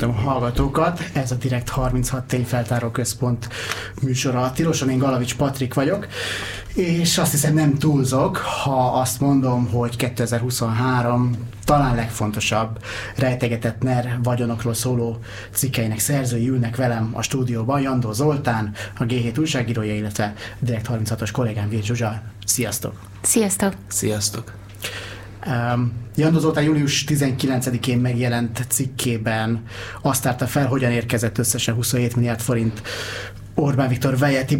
köszöntöm a hallgatókat, ez a Direkt 36 Tényfeltáró Központ műsora a Tiloson, én Galavics Patrik vagyok, és azt hiszem nem túlzok, ha azt mondom, hogy 2023 talán legfontosabb rejtegetett NER vagyonokról szóló cikkeinek szerzői ülnek velem a stúdióban, Jandó Zoltán, a G7 újságírója, illetve Direkt 36-os kollégám Vircs Zsuzsa. Sziasztok! Sziasztok! Sziasztok! Jandó Zoltán július 19-én megjelent cikkében azt tárta fel, hogyan érkezett összesen 27 milliárd forint Orbán Viktor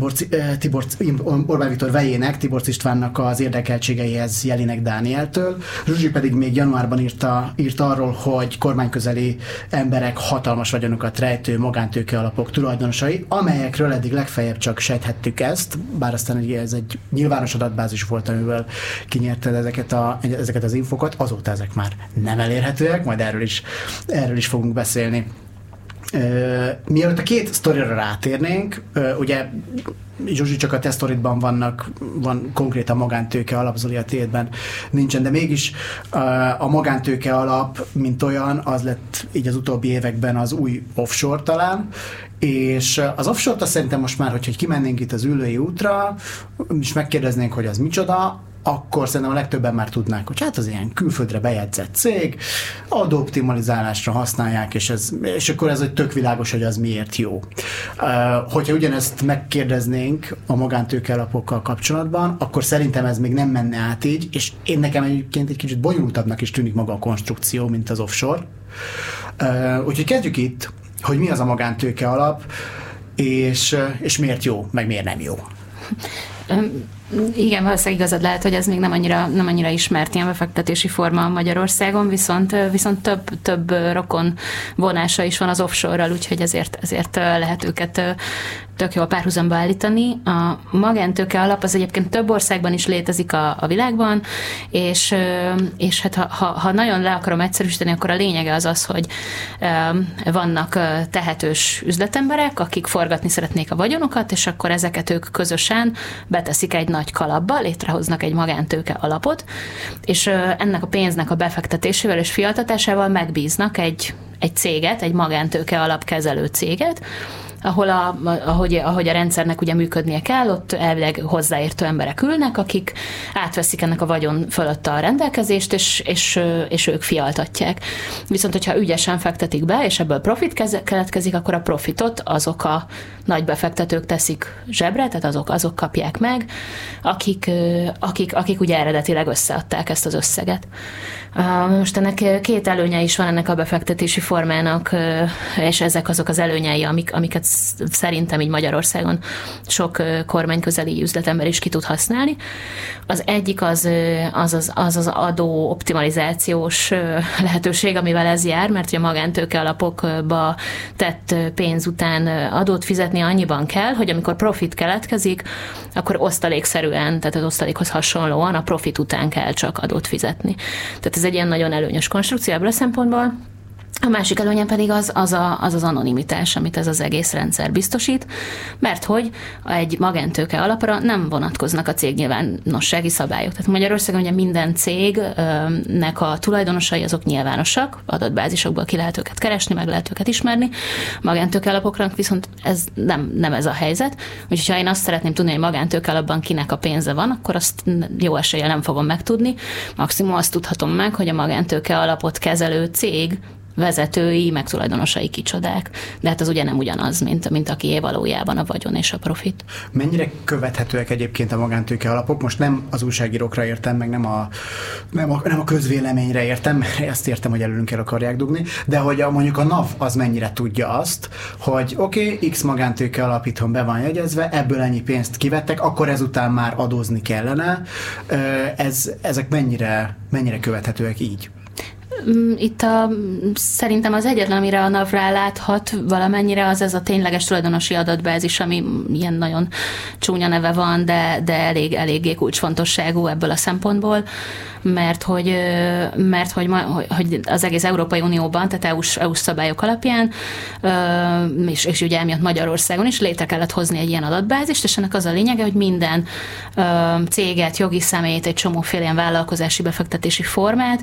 vejének, Tiborcs Istvánnak az érdekeltségeihez Jelinek Dánieltől. Zsuzsi pedig még januárban írt arról, hogy kormányközeli emberek hatalmas vagyonokat rejtő magántőke alapok tulajdonosai, amelyekről eddig legfeljebb csak sejthettük ezt, bár aztán ez egy nyilvános adatbázis volt, amiből kinyerted ezeket az infokat, azóta ezek már nem elérhetőek, majd erről is fogunk beszélni. Mielőtt a két sztorira rátérnénk, ugye Zsuzsi, csak a te sztoridban van konkrétan magántőke alap, Zoli, a tiédben nincsen, de mégis a magántőke alap, mint olyan, az lett így az utóbbi években az új offshore talán, és az offshore-t azt szerintem most már, hogy kimennénk itt az Üllői útra, és megkérdeznénk, hogy az micsoda, akkor szerintem a legtöbben már tudnák, hogy hát az ilyen külföldre bejegyzett cég, adóoptimalizálásra használják, és akkor ez egy tök világos, hogy az miért jó. Hogyha ugyanezt megkérdeznénk a magántőkealapokkal kapcsolatban, akkor szerintem ez még nem menne át így, és nekem egyébként egy kicsit bonyolultabbnak is tűnik maga a konstrukció, mint az offshore. Úgyhogy kezdjük itt, hogy mi az a magántőkealap, és miért jó, meg miért nem jó. Igen, valószínűleg igazad lehet, hogy ez még nem annyira ismert ilyen befektetési forma Magyarországon, viszont több rokon vonása is van az offshore-ral, úgyhogy ezért lehet őket tök jól párhuzamba állítani. A magántőke alap az egyébként több országban is létezik a világban, és hát ha nagyon le akarom egyszerűsíteni, akkor a lényege az, hogy vannak tehetős üzletemberek, akik forgatni szeretnék a vagyonokat, és akkor ezeket ők közösen beteszik egy nagy kalapba, létrehoznak egy magántőke alapot, és ennek a pénznek a befektetésével és fialtatásával megbíznak egy céget, egy magántőke alapkezelő céget, ahol ahogy a rendszernek ugye működnie kell, ott elvileg hozzáértő emberek ülnek, akik átveszik ennek a vagyon fölött a rendelkezést, és ők fialtatják. Viszont, hogyha ügyesen fektetik be, és ebből profit keletkezik, akkor a profitot azok a nagy befektetők teszik zsebre, tehát azok kapják meg, akik ugye eredetileg összeadták ezt az összeget. Most ennek két előnye is van ennek a befektetési formának, és ezek azok az előnyei, amiket szerintem így Magyarországon sok kormányközeli üzletember is ki tud használni. Az egyik az adó optimalizációs lehetőség, amivel ez jár, mert ugye a magántőke alapokba tett pénz után adót fizetni annyiban kell, hogy amikor profit keletkezik, akkor osztalékszerűen, tehát az osztalékhoz hasonlóan a profit után kell csak adót fizetni. Tehát ez egy ilyen nagyon előnyös konstrukció ebből a szempontból. A másik előnye pedig az anonimitás, amit ez az egész rendszer biztosít, mert hogy egy magántőke alapra nem vonatkoznak a cégnyilvánossági szabályok. Tehát Magyarországon ugye minden cégnek a tulajdonosai azok nyilvánosak, adatbázisokból ki lehet őket keresni, meg lehet őket ismerni, magántőke alapoknak viszont ez nem ez a helyzet. Úgyhogy ha én azt szeretném tudni, hogy magántőke alapban kinek a pénze van, akkor azt jó eséllyel nem fogom megtudni. Maximum azt tudhatom meg, hogy a magántőke alapot kezelő cég vezetői, meg tulajdonosai kicsodák. De hát az ugye nem ugyanaz, mint akié valójában a vagyon és a profit. Mennyire követhetőek egyébként a magántőke alapok? Most nem az újságírókra értem, meg nem a közvéleményre értem, mert ezt értem, hogy előnk el akarják dugni, de hogy mondjuk a NAV az mennyire tudja azt, hogy oké, X magántőke alap itthon be van jegyezve, ebből ennyi pénzt kivettek, akkor ezután már adózni kellene. Ezek mennyire követhetőek így? Itt szerintem az egyetlen, amire a NAV ráláthat valamennyire, az ez a tényleges tulajdonosi adatbázis, ami ilyen nagyon csúnya neve van, de eléggé kulcsfontosságú ebből a szempontból. mert hogy az egész Európai Unióban, tehát EU-s szabályok alapján, és ugye emiatt Magyarországon is létre kellett hozni egy ilyen adatbázist, és ennek az a lényege, hogy minden céget, jogi személyt, egy csomóféle ilyen vállalkozási befektetési formát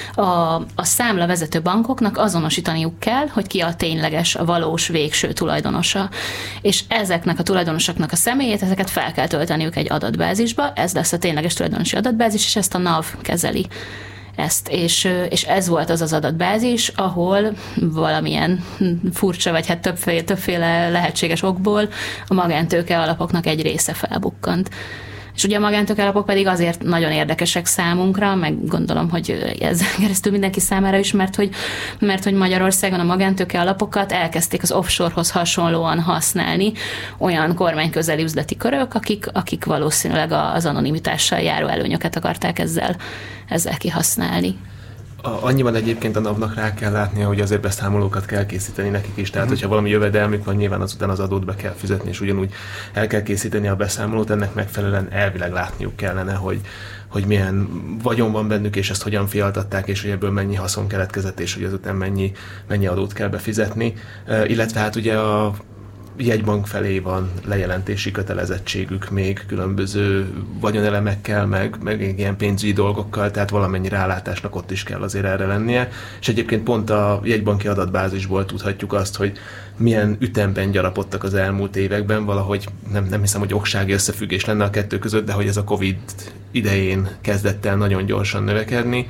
a számlavezető bankoknak azonosítaniuk kell, hogy ki a tényleges, a valós végső tulajdonosa. És ezeknek a tulajdonosoknak a személyét, ezeket fel kell tölteniük egy adatbázisba, ez lesz a tényleges tulajdonosi adatbázis, és ezt a NAV kezeli. Ezt, és ez volt az adatbázis, ahol valamilyen furcsa, vagy hát többféle lehetséges okból a magántőke alapoknak egy része felbukkant. És ugye a magántőke alapok pedig azért nagyon érdekesek számunkra, meg gondolom, hogy ez keresztül mindenki számára is, mert hogy Magyarországon a magántőke alapokat elkezdték az offshorehoz hasonlóan használni olyan kormányközeli üzleti körök, akik valószínűleg az anonimitással járó előnyöket akarták ezzel kihasználni. Annyiban egyébként a NAV-nak rá kell látnia, hogy azért beszámolókat kell készíteni nekik is, tehát hogyha valami jövedelmük van, nyilván azután az adót be kell fizetni, és ugyanúgy el kell készíteni a beszámolót, ennek megfelelően elvileg látniuk kellene, hogy milyen vagyon van bennük, és ezt hogyan fialtatták, és hogy ebből mennyi haszon keletkezett, és hogy azután mennyi adót kell befizetni. Illetve hát ugye a jegybank felé van lejelentési kötelezettségük még különböző vagyonelemekkel, meg ilyen pénzügyi dolgokkal, tehát valamennyi rálátásnak ott is kell azért erre lennie. És egyébként pont a jegybanki adatbázisból tudhatjuk azt, hogy milyen ütemben gyarapodtak az elmúlt években, valahogy nem hiszem, hogy oksági összefüggés lenne a kettő között, de hogy ez a Covid idején kezdett el nagyon gyorsan növekedni,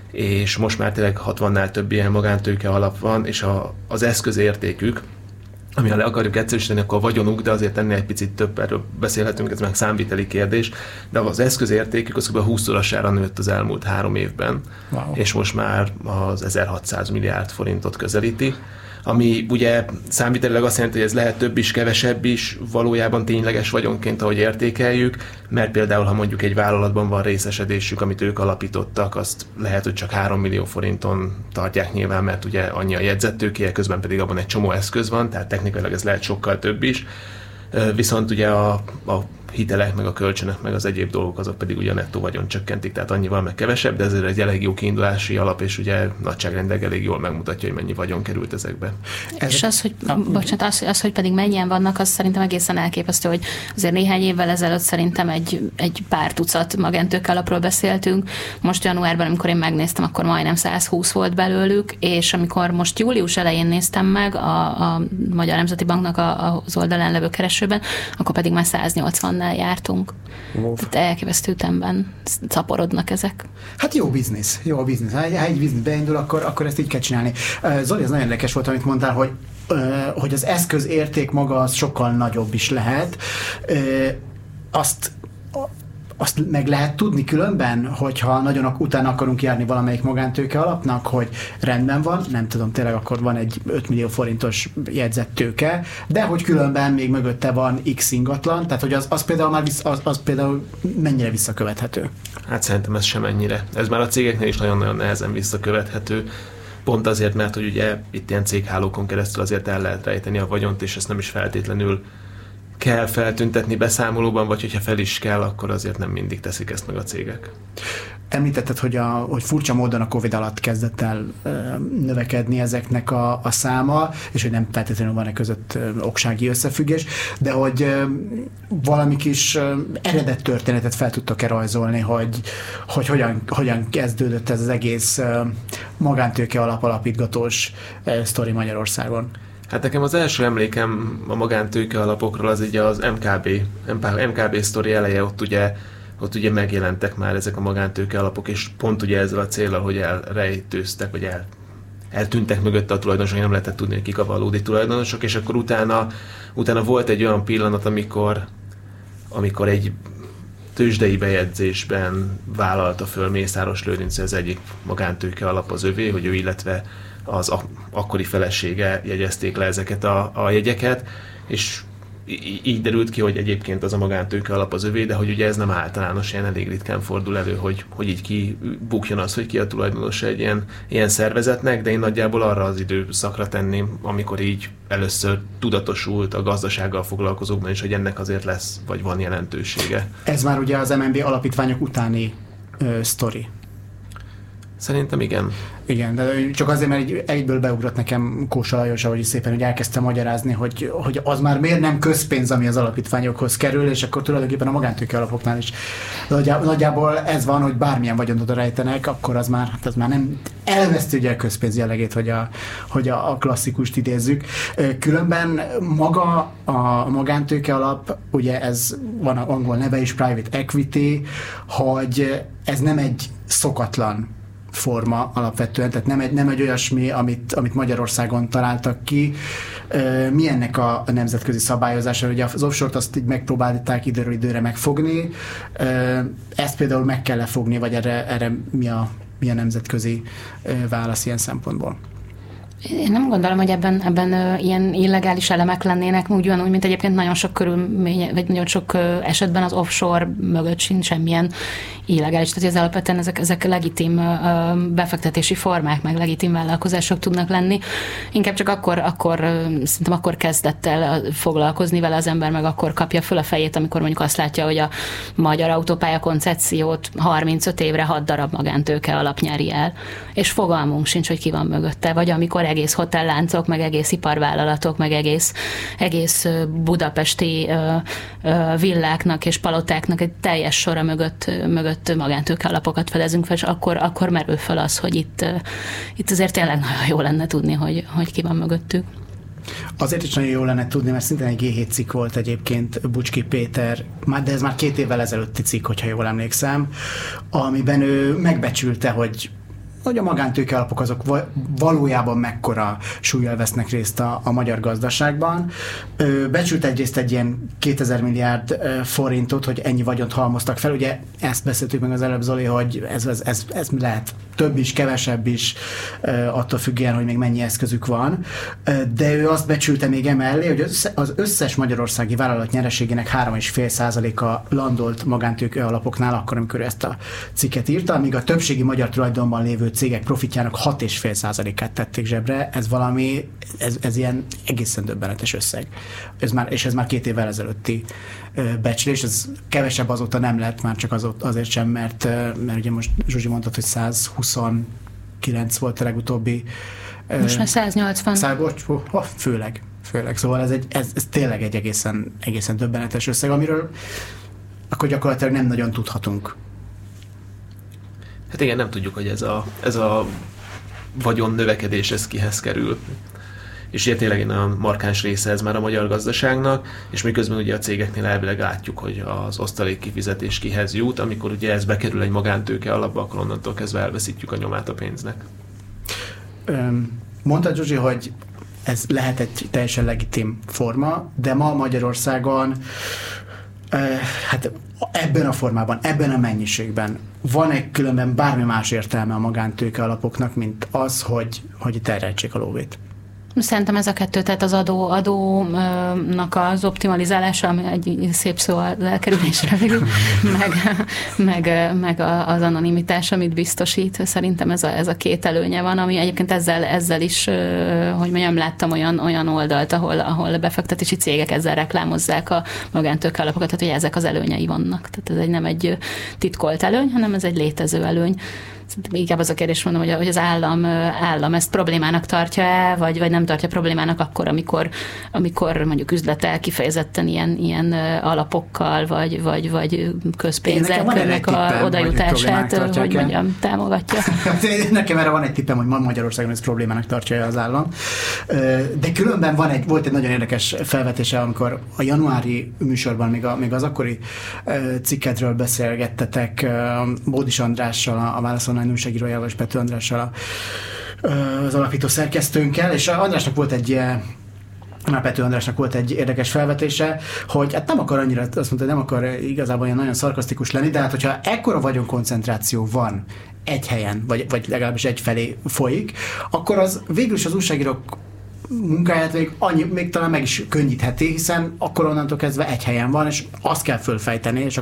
és most már tényleg 60-nál több ilyen magántőke alap van, és az eszközértékük, amivel le akarjuk egyszerűsíteni, akkor a vagyonuk, de azért ennél egy picit több, erről beszélhetünk, ez meg számviteli kérdés, de az eszközértékük az kb. 20-szorosára nőtt az elmúlt 3 évben, wow. És most már az 1600 milliárd forintot közelíti, ami ugye számvitelileg azt jelenti, hogy ez lehet több is, kevesebb is, valójában tényleges vagyonként, ahogy értékeljük, mert például, ha mondjuk egy vállalatban van részesedésük, amit ők alapítottak, azt lehet, hogy csak 3 millió forinton tartják nyilván, mert ugye annyi a jegyzettőkéje, közben pedig abban egy csomó eszköz van, tehát technikailag ez lehet sokkal több is. Viszont ugye a hitelek, meg a kölcsönök, meg az egyéb dolgok, azok pedig ugye nettó vagyon csökkentik, tehát annyival meg kevesebb, de ezért egy elég jó kiindulási alap, és ugye nagyságrendileg elég jól megmutatja, hogy mennyi vagyon került ezekbe. És az, hogy pedig mennyien vannak, az szerintem egészen elképesztő, hogy azért néhány évvel ezelőtt szerintem egy pár tucat magántőke alapról beszéltünk. Most januárban, amikor én megnéztem, akkor majdnem 120 volt belőlük, és amikor most július elején néztem meg a Magyar Nemzeti Banknak az oldalán levő keresőben, akkor pedig már 180 jártunk. Tehát elképesztő ütemben szaporodnak ezek. Hát jó biznisz. Ha egy biznisz beindul, akkor ezt így kell csinálni. Zoli, ez nagyon érdekes volt, amit mondtál, hogy az eszköz érték maga az sokkal nagyobb is lehet. Azt meg lehet tudni különben, hogyha nagyon utána akarunk járni valamelyik magántőke alapnak, hogy rendben van, nem tudom, tényleg akkor van egy 5 millió forintos jegyzett tőke, de hogy különben még mögötte van X ingatlan, tehát hogy az például már az például mennyire visszakövethető? Hát szerintem ez sem ennyire. Ez már a cégeknél is nagyon-nagyon nehezen visszakövethető. Pont azért, mert hogy ugye itt ilyen céghálókon keresztül azért el lehet rejteni a vagyont, és ezt nem is feltétlenül kell feltüntetni beszámolóban, vagy hogyha fel is kell, akkor azért nem mindig teszik ezt meg a cégek. Említetted, hogy furcsa módon a Covid alatt kezdett el növekedni ezeknek a száma, és hogy nem feltétlenül van között oksági összefüggés, de hogy valami kis eredet történetet fel tudtok-e rajzolni, hogy hogyan kezdődött ez az egész magántőke alapítgatós sztori Magyarországon? Hát nekem az első emlékem a magántőke alapokról az ugye az MKB sztori eleje, ott ugye megjelentek már ezek a magántőke alapok, és pont ugye ezzel a céllal, hogy elrejtőztek, vagy eltűntek mögötte a tulajdonosok, nem lehetett tudni, hogy kik a valódi tulajdonosok, és akkor utána volt egy olyan pillanat, amikor egy tőzsdei bejegyzésben vállalta föl Mészáros Lőrinc, az egyik magántőke alap az övé, hogy ő, illetve az akkori felesége jegyezték le ezeket a jegyeket, és így derült ki, hogy egyébként az a magántőke alap az övé, de hogy ugye ez nem általános, ilyen elég ritkán fordul elő, hogy így kibukjon az, hogy ki a tulajdonosa egy ilyen szervezetnek, de én nagyjából arra az időszakra tenném, amikor így először tudatosult a gazdasággal foglalkozókban is, hogy ennek azért lesz, vagy van jelentősége. Ez már ugye az MNB alapítványok utáni sztori. Szerintem igen. Igen, de csak azért, mert egyből beugrott nekem Kósa Lajos, ahogy szépen, hogy elkezdte magyarázni, hogy az már miért nem közpénz, ami az alapítványokhoz kerül, és akkor tulajdonképpen a magántőke alapoknál is nagyjából ez van, hogy bármilyen vagyont oda rejtenek, akkor az már nem elveszti ugye a közpénz jellegét, hogy a klasszikust idézzük. Különben maga a magántőke alap, ugye ez van az angol neve is, private equity, hogy ez nem egy szokatlan forma alapvetően, tehát nem egy olyasmi, amit Magyarországon találtak ki. Mi ennek a nemzetközi szabályozása? Ugye az offshore-t azt így megpróbálták időről időre megfogni. Ezt például meg kell fogni, vagy erre mi a nemzetközi válasz ilyen szempontból? Én nem gondolom, hogy ebben ilyen illegális elemek lennének, úgy, mint egyébként nagyon sok körülmény, vagy nagyon sok esetben az offshore mögött sincs semmilyen illegális. Tehát ez alapvetően ezek legitim befektetési formák, meg legitim vállalkozások tudnak lenni. Inkább csak szerintem akkor kezdett el foglalkozni vele az ember, meg akkor kapja föl a fejét, amikor mondjuk azt látja, hogy a magyar autópálya koncepciót 35 évre 6 darab magántőke alap nyeri el, és fogalmunk sincs, hogy ki van mögötte, vagy amikor egész hotelláncok, meg egész iparvállalatok, meg egész budapesti villáknak és palotáknak egy teljes sora mögött magántőke alapokat fedezünk fel, és akkor merül fel az, hogy itt azért tényleg nagyon jó lenne tudni, hogy ki van mögöttük. Azért is nagyon jó lenne tudni, mert szintén egy G7 cikk volt egyébként Bucski Péter, de ez már 2 évvel ezelőtti cikk, hogyha jól emlékszem, amiben ő megbecsülte, hogy a magántőke alapok azok valójában mekkora súllyal vesznek részt a magyar gazdaságban. Becsült egyrészt egy ilyen 2000 milliárd forintot, hogy ennyi vagyont halmoztak fel. Ugye ezt beszéltük meg az előbb, Zoli, hogy ez lehet több is, kevesebb is, attól függően, hogy még mennyi eszközük van. De ő azt becsülte még emellé, hogy az összes magyarországi vállalat nyereségének 3,5%-a landolt magántőke alapoknál, akkor, amikor ő ezt a cikket írta, míg a többségi magyar tulajdonban lévő cégek profitjának 6,5%-át tették zsebre, ez ilyen egészen döbbenetes összeg. Ez már 2 évvel ezelőtti becslés, ez kevesebb azóta nem lett, már csak azért sem, mert ugye most Zsuzsi mondtad, hogy 129 volt a legutóbbi. Most már 180. Főleg. Szóval ez tényleg egy egészen döbbenetes összeg, amiről akkor gyakorlatilag nem nagyon tudhatunk. Hát igen, nem tudjuk, hogy ez a vagyon növekedés ez kihez kerül. És ugye tényleg a markáns része ez már a magyar gazdaságnak, és miközben ugye a cégeknél elvileg látjuk, hogy az osztalék kifizetés kihez jut, amikor ugye ez bekerül egy magántőke alapba, akkor onnantól kezdve elveszítjük a nyomát a pénznek. Mondtad, Zsuzsi, hogy ez lehet egy teljesen legitim forma, de ma Magyarországon hát ebben a formában, ebben a mennyiségben van-e különben bármi más értelme a magántőke alapoknak, mint az, hogy terjedtsék a lóvét? Szerintem ez a kettő, tehát az adónak az optimalizálása, ami egy szép szó az elkerülésre végül, meg az anonimitás, amit biztosít. Szerintem ez a 2 előnye van, ami egyébként ezzel is, hogy mondjam, láttam olyan oldalt, ahol befektetési cégek ezzel reklámozzák a magántőke alapokat, tehát hogy ezek az előnyei vannak. Tehát ez nem egy titkolt előny, hanem ez egy létező előny. Szerintem inkább az a kérdés, mondom, hogy az állam ezt problémának tartja-e, vagy nem tartja problémának akkor, amikor mondjuk üzletel kifejezetten ilyen alapokkal, vagy közpénzeknek a odajutását, hogy mondjam, támogatja. Nekem erre van egy tippem, hogy ma Magyarországon ez problémának tartja az állam. De különben volt egy nagyon érdekes felvetése, amikor a januári műsorban még az akkori cikketről beszélgettetek Bódis Andrással, a Válasz Online újságírójával, és Pető Andrással, az alapító szerkesztőnkkel, és Andrásnak volt Pető Andrásnak volt egy érdekes felvetése, hogy hát nem akar annyira, azt mondta, nem akar igazából olyan nagyon szarkasztikus lenni, de hát hogyha ekkora vagyonkoncentráció van egy helyen, vagy legalábbis egyfelé folyik, akkor az végül is az újságírók munkáját még talán meg is könnyítheti, hiszen akkor onnantól kezdve egy helyen van, és azt kell fölfejteni, és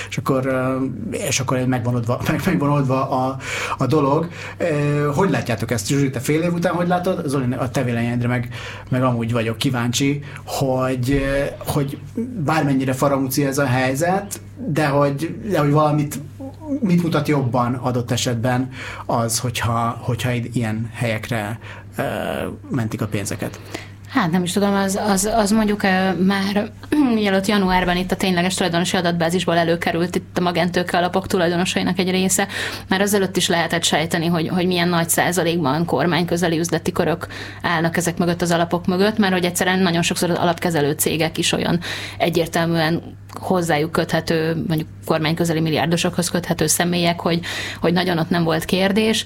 akkor megvan oldva a dolog. Hogy látjátok ezt? Zsuzsi, te fél év után hogy látod? Zoli, a te véleményedre meg amúgy vagyok kíváncsi, hogy bármennyire faramúci ez a helyzet, de hogy mit mutat jobban adott esetben az, hogyha ilyen helyekre mentik a pénzeket? Hát nem is tudom, az mondjuk már mielőtt januárban itt a tényleges tulajdonosi adatbázisból előkerült itt a magántőke alapok tulajdonosainak egy része, már azelőtt is lehetett sejteni, hogy milyen nagy százalékban kormányközeli üzleti körök állnak ezek mögött az alapok mögött, mert hogy egyszerűen nagyon sokszor az alapkezelő cégek is olyan egyértelműen hozzájuk köthető, mondjuk kormányközeli milliárdosokhoz köthető személyek, hogy nagyon ott nem volt kérdés,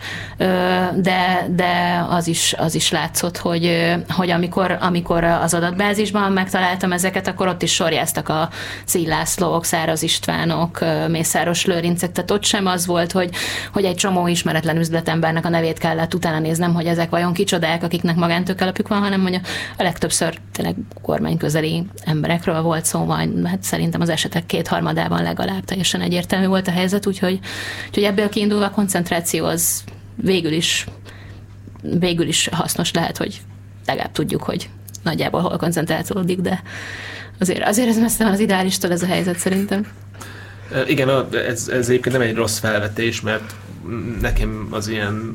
de az is látszott, hogy amikor az adatbázisban megtaláltam ezeket, akkor ott is sorjáztak a Széll Lászlók, Száraz Istvánok, Mészáros Lőrincek, tehát ott sem az volt, hogy egy csomó ismeretlen üzletembernek a nevét kellett utána néznem, hogy ezek vajon kicsodák, akiknek magántőkealapjuk van, hanem hogy a legtöbbször tényleg kormányközeli emberekről volt szó, majd hát szerintem az esetek 2/3 legalább teljesen egyértelmű volt a helyzet, úgyhogy ebből kiindulva a koncentráció az végül is hasznos lehet, hogy legalább tudjuk, hogy nagyjából hol koncentrálódik, de azért ez messze van az ideálistól ez a helyzet szerintem. Igen, ez egyébként nem egy rossz felvetés, mert nekem az ilyen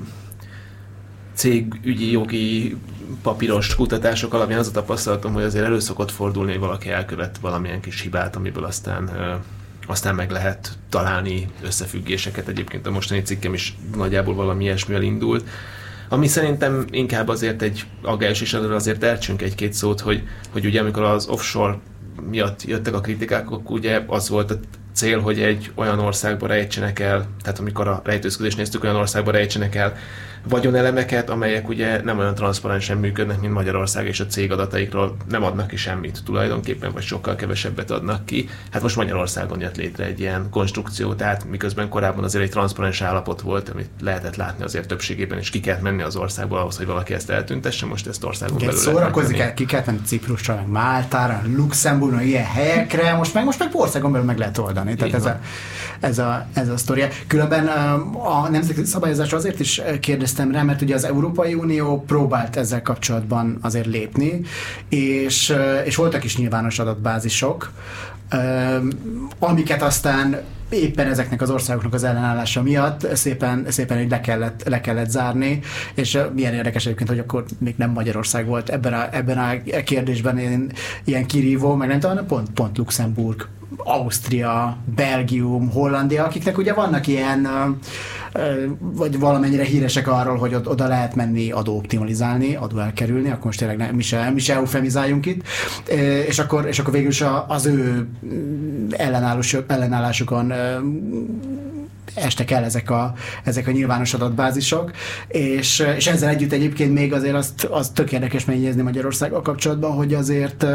cégügyi jogi papíros kutatások alapján az a tapasztalatom, hogy azért elő szokott fordulni, hogy valaki elkövet valamilyen kis hibát, amiből aztán meg lehet találni összefüggéseket. Egyébként a mostani cikkem is nagyjából valami ilyesmivel indult. Ami szerintem inkább azért egy aggályos, és azért elcsünk egy-két szót, hogy ugye amikor az offshore miatt jöttek a kritikák, akkor ugye az volt a cél, hogy egy olyan országba rejtsenek el, tehát amikor a rejtőzködést néztük, olyan országba rejtsenek el vagyonelemeket, amelyek ugye nem olyan transzparensen működnek, mint Magyarország, és a cég adataikról nem adnak ki semmit tulajdonképpen, vagy sokkal kevesebbet adnak ki. Hát most Magyarországon jött létre egy ilyen konstrukció, tehát miközben korábban azért egy transzparens állapot volt, amit lehetett látni azért többségében, és ki kellett menni az országból ahhoz, hogy valaki ezt eltüntesse, most ezt országon belül szórakozni kell, ki kellett menni Ciprusra, meg Máltára, Luxemburgra, ilyen helyekre, most meg országon belül meg lehet oldani. Tehát ez a sztoria. Különben a nemzeti szabályozásra azért is kérdeztem rá, mert ugye az Európai Unió próbált ezzel kapcsolatban azért lépni, és voltak is nyilvános adatbázisok, amiket aztán éppen ezeknek az országoknak az ellenállása miatt szépen hogy le kellett zárni, és milyen érdekes egyébként, hogy akkor még nem Magyarország volt ebben a kérdésben ilyen kirívó, meg nem tudom, pont Luxemburg, Ausztria, Belgium, Hollandia, akiknek ugye vannak ilyen, vagy valamennyire híresek arról, hogy oda lehet menni adóoptimalizálni, adóelkerülni, akkor most tényleg mi se eufemizáljunk itt, és akkor végül is az ő ellenállásukon estek el ezek a nyilvános adatbázisok, és ezzel együtt egyébként még azért azt tök érdekes megjegyezni Magyarországgal kapcsolatban, hogy azért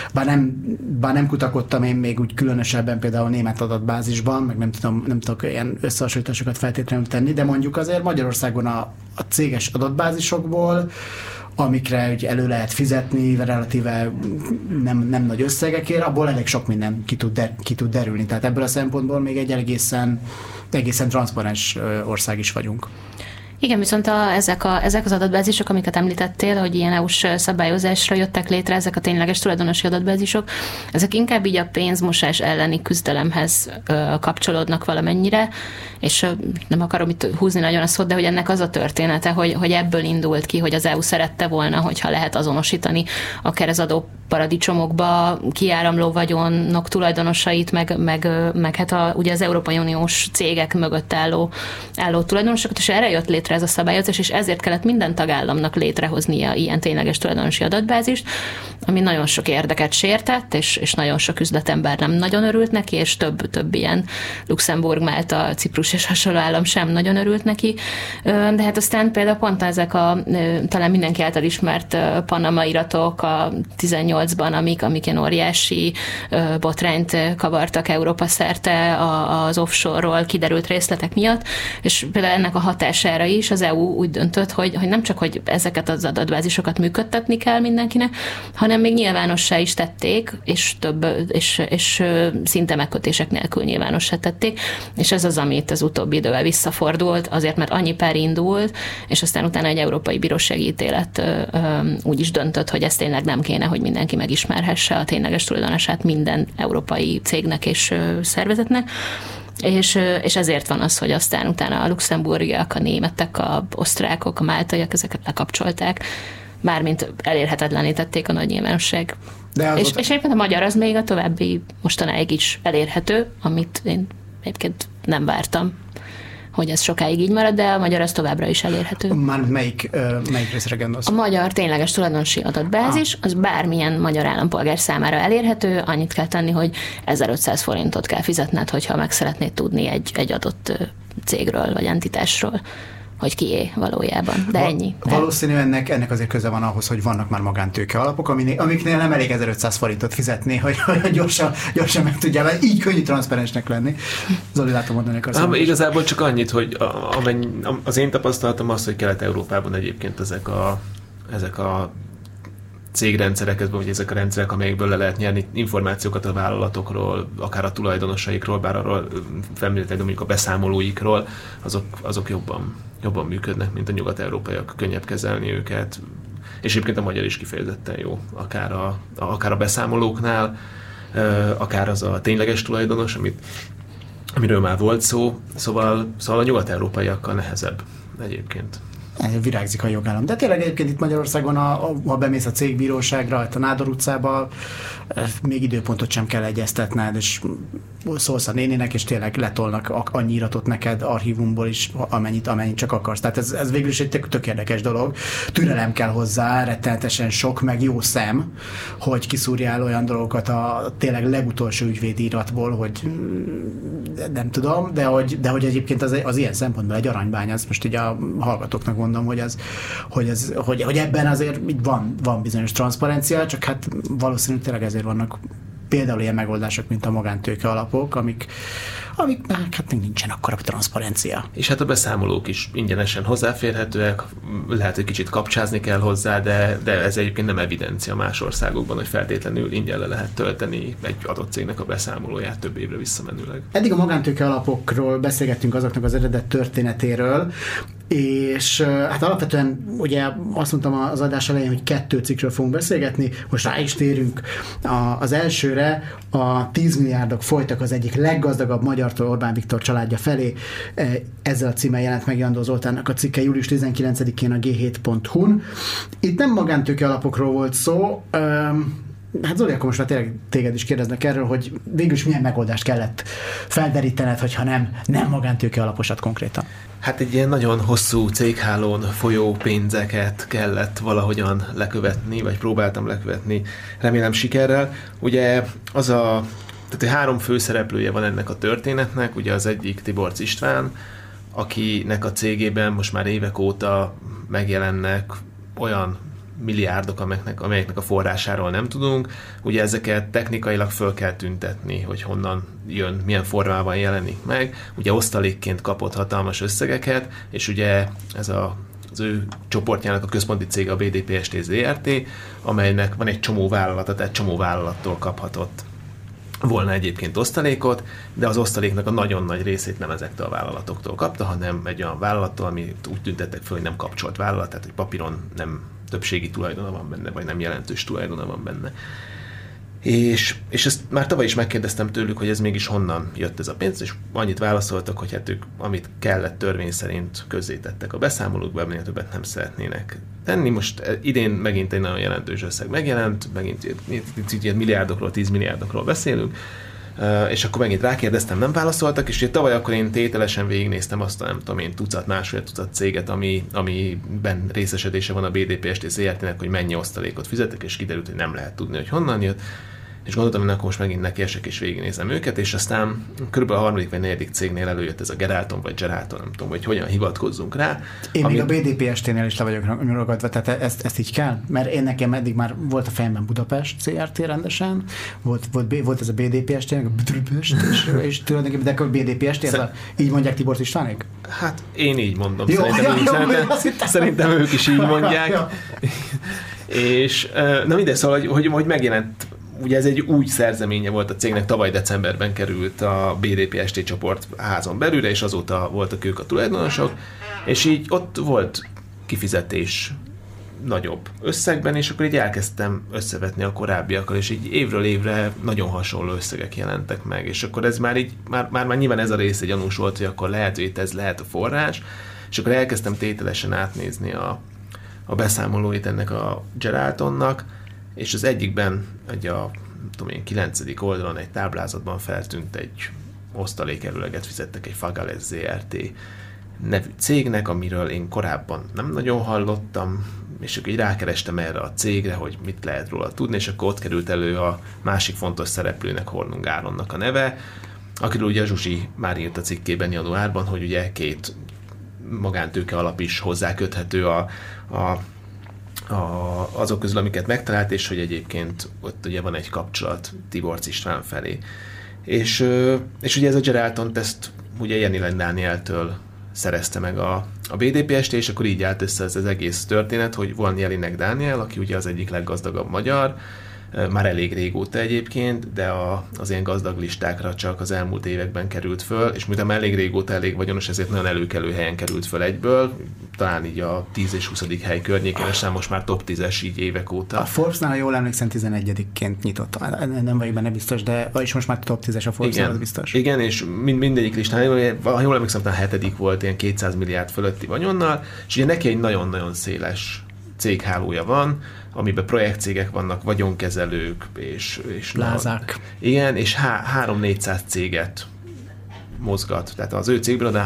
bár nem kutakodtam én még úgy különösebben például német adatbázisban, meg nem tudok ilyen összehasonlításokat feltétlenül tenni, de mondjuk azért Magyarországon a céges adatbázisokból, amikre ugye elő lehet fizetni relatíve nem nagy összegekért, abból elég sok minden ki tud derülni. Tehát ebből a szempontból még egy egészen transzparens ország is vagyunk. Igen, viszont ezek az adatbázisok, amiket említettél, hogy ilyen EU-s szabályozásra jöttek létre, ezek a tényleges tulajdonosi adatbázisok, ezek inkább így a pénzmosás elleni küzdelemhez kapcsolódnak valamennyire, és nem akarom itt húzni nagyon a szót, de hogy ennek az a története, hogy ebből indult ki, hogy az EU szerette volna, hogyha lehet azonosítani akár az adóparadicsomokba kiáramló vagyonok tulajdonosait, meg hát ugye az Európai Uniós cégek mögött álló tulajdonosokat, és erre jött létre ez a szabályozás, és ezért kellett minden tagállamnak létrehoznia ilyen tényleges tulajdonosi adatbázist, ami nagyon sok érdeket sértett, és nagyon sok üzletember nem nagyon örült neki, és több ilyen Luxemburg, Málta, Ciprus és hasonló állam sem nagyon örült neki. De hát aztán például pont ezek talán mindenki által ismert Panama iratok a 18-ban, amik ilyen óriási botrányt kavartak Európa szerte az offshore-ról kiderült részletek miatt, és például ennek a hatására is az EU úgy döntött, hogy nem csak, hogy ezeket az adatbázisokat működtetni kell mindenkinek, hanem még nyilvánossá is tették, és szinte megkötések nélkül nyilvánossá tették, és ez az, amit az utóbbi idővel visszafordult, azért, mert annyi per indult, és aztán utána egy európai bírósági ítélet úgy is döntött, hogy ez tényleg nem kéne, hogy mindenki megismerhesse a tényleges tulajdonosát minden európai cégnek és szervezetnek. És ezért van az, hogy aztán utána a luxemburgiak, a németek, a osztrákok, a máltaiak ezeket lekapcsolták, mármint elérhetetlenítették a nagy nyilvánosság. És egyébként a magyar az még a további mostanáig is elérhető, amit én egyébként nem vártam, hogy ez sokáig így marad, de a magyar az továbbra is elérhető. Mármint melyik részre gondolsz? A magyar tényleges tulajdonosi adatbázis, az bármilyen magyar állampolgár számára elérhető, annyit kell tenni, hogy 1500 forintot kell fizetned, hogyha meg szeretnéd tudni egy adott cégről vagy entitásról, hogy kié valójában. De ennyi. Valószínű ennek azért köze van ahhoz, hogy vannak már magántőke alapok, amiknél nem elég 1500 forintot fizetni, hogy gyorsan meg tudjál, mert így könnyű transzparensnek lenni. Zoli, látom mondani akarsz. Igazából csak annyit, hogy az én tapasztalatom az, hogy Kelet-Európában egyébként ezek a cégrendszerek, vagy ezek a rendszerek, amelyekből le lehet nyerni információkat a vállalatokról, akár a tulajdonosaikról, bár arról felmérhetően mondjuk a beszámolóikról, azok jobban működnek, mint a nyugat-európaiak, könnyebb kezelni őket. És egyébként a magyar is kifejezetten jó, akár a beszámolóknál, akár az a tényleges tulajdonos, amiről már volt szó, szóval a nyugat-európaiakkal nehezebb egyébként. Virágzik a jogállam. De tényleg egyébként itt Magyarországon, ha bemész a cégbíróságra, a Nádor utcába, még időpontot sem kell egyeztetned, és szólsz a néninek, és tényleg letolnak annyi iratot neked archívumból is, amennyit csak akarsz. Tehát ez végül is egy tök érdekes dolog. Türelem kell hozzá, rettenetesen sok, meg jó szem, hogy kiszúrjál olyan dolgokat a tényleg legutolsó ügyvédi iratból, hogy nem tudom, de hogy egyébként az ilyen szempontból egy aranybánya, ezt most így a hallgatóknak mondom, hogy ebben azért van bizonyos transzparencia, csak hát valószínűleg tényleg ezért vannak például ilyen megoldások, mint a magántőke alapok, amik hát még nincsen akkora transzparencia. És hát a beszámolók is ingyenesen hozzáférhetőek, lehet, hogy kicsit kapcsázni kell hozzá, de ez egyébként nem evidencia más országokban, hogy feltétlenül ingyen le lehet tölteni egy adott cégnek a beszámolóját több évre visszamenőleg. Eddig a magántőke alapokról beszélgettünk, azoknak az eredet történetéről, és hát alapvetően ugye azt mondtam az adás elején, hogy 2 cikkről fogunk beszélgetni, most rá is térünk. Az elsőre a 10 milliárdok folytak az egyik leggazdagabb magyartól Orbán Viktor családja felé. Ezzel a címmel jelent meg Jandó Zoltánnak a cikke július 19-én a g7.hu-n. Itt nem magántőke alapokról volt szó, hát Zoli, akkor most már tényleg téged is kérdeznek erről, hogy végülis milyen megoldást kellett felderítened, hogyha nem magántőke alaposat konkrétan. Hát egy ilyen nagyon hosszú céghálón folyó pénzeket kellett valahogyan lekövetni, vagy próbáltam lekövetni, remélem sikerrel. Ugye tehát 3 főszereplője van ennek a történetnek, ugye az egyik Tiborcs István, akinek a cégében most már évek óta megjelennek olyan milliárdok, amelyeknek a forrásáról nem tudunk. Ugye ezeket technikailag föl kell tüntetni, hogy honnan jön, milyen formában jelenik meg. Ugye osztalékként kapott hatalmas összegeket, és ugye ez az ő csoportjának a központi cége a BDP-ST ZRT, amelynek van egy csomó vállalata, tehát csomó vállalattól kaphatott volna egyébként osztalékot, de az osztaléknak a nagyon nagy részét nem ezektől a vállalatoktól kapta, hanem egy olyan vállalattól, amit úgy tüntettek fel, hogy nem kapcsolt vállalat, tehát hogy papíron nem többségi tulajdona van benne, vagy nem jelentős tulajdona van benne. És ezt már tavaly is megkérdeztem tőlük, hogy ez mégis honnan jött ez a pénz, és annyit válaszoltak, hogy hát ők, amit kellett törvény szerint közzétettek a beszámolókba, ennél többet nem szeretnének tenni. Most idén megint egy nagyon jelentős összeg megjelent, megint milliárdokról, 10 milliárdokról beszélünk, és akkor megint rákérdeztem, nem válaszoltak, és ugye tavaly akkor én tételesen végignéztem azt a nem tudom én másfél tucat céget, amiben részesedése van a BDP-ST ZRT-nek, hogy mennyi osztalékot fizettek, és kiderült, hogy nem lehet tudni, hogy honnan jött. És gondoltam, hogy akkor most megint nekiesek és végignézem őket, és aztán körülbelül a 3. vagy 4. cégnél előjött ez a Gerálton vagy Gerálton, nem tudom, hogy hogyan hivatkozzunk rá. Én még a BDP-ST-nél is le vagyok ragadva, tehát ezt így kell? Mert én nekem eddig már volt a fejemben Budapest CRT rendesen, volt ez a BDP-ST, és tulajdonképpen, de a BDP-ST, így mondják Tiborcs Istvánék? Hát én így mondom, jó, szerintem ők is így mondják. És na mindegy, szóval, hogy megjelent. Ugye ez egy új szerzeménye volt a cégnek, tavaly decemberben került a BDP-ST csoport házon belőle, és azóta voltak ők a tulajdonosok, és így ott volt kifizetés nagyobb összegben, és akkor így elkezdtem összevetni a korábbiakkal, és így évről évre nagyon hasonló összegek jelentek meg, és akkor ez már nyilván ez a része gyanús volt, hogy akkor lehet, hogy ez lehet a forrás, és akkor elkezdtem tételesen átnézni a beszámolóit ennek a Geraldtonnak, és az egyikben a 9. oldalon egy táblázatban feltűnt egy osztalékelőleget fizettek egy Fagales ZRT nevű cégnek, amiről én korábban nem nagyon hallottam, és akkor így rákerestem erre a cégre, hogy mit lehet róla tudni, és akkor ott került elő a másik fontos szereplőnek, Hornung Áronnak a neve, akiről ugye a Zsuzsi már írt a cikkében januárban, hogy ugye 2 magántőke alap is hozzáköthető azok közül, amiket megtalált, és hogy egyébként ott ugye van egy kapcsolat Tiborcs István felé. És ugye ez a Geraldton ezt ugye Jelinek Dánieltől szerezte meg a BDP-est, és akkor így állt össze ez az egész történet, hogy van Jelinek Dániel, aki ugye az egyik leggazdagabb magyar, már elég régóta egyébként, de az ilyen gazdag listákra csak az elmúlt években került föl, és miután elég régóta elég vagyonos, ezért nagyon előkelő helyen került föl egyből, talán így a 10. és 20. hely környékén, és most már top 10-es így évek óta. A Forbes-nál jól emlékszem 11-ként nyitott, nem vagyok benne biztos, de és most már top 10-es a Forbes-nál, az biztos. Igen, és mindegyik listán, ha jól emlékszem, talán 7. volt ilyen 200 milliárd fölötti vagyonnal, és ugye neki egy nagyon-nagyon széles céghálója van, amiben projektcégek vannak, vagyonkezelők, és plázák. Igen, és 3-400 céget mozgat. Tehát az ő cégből, de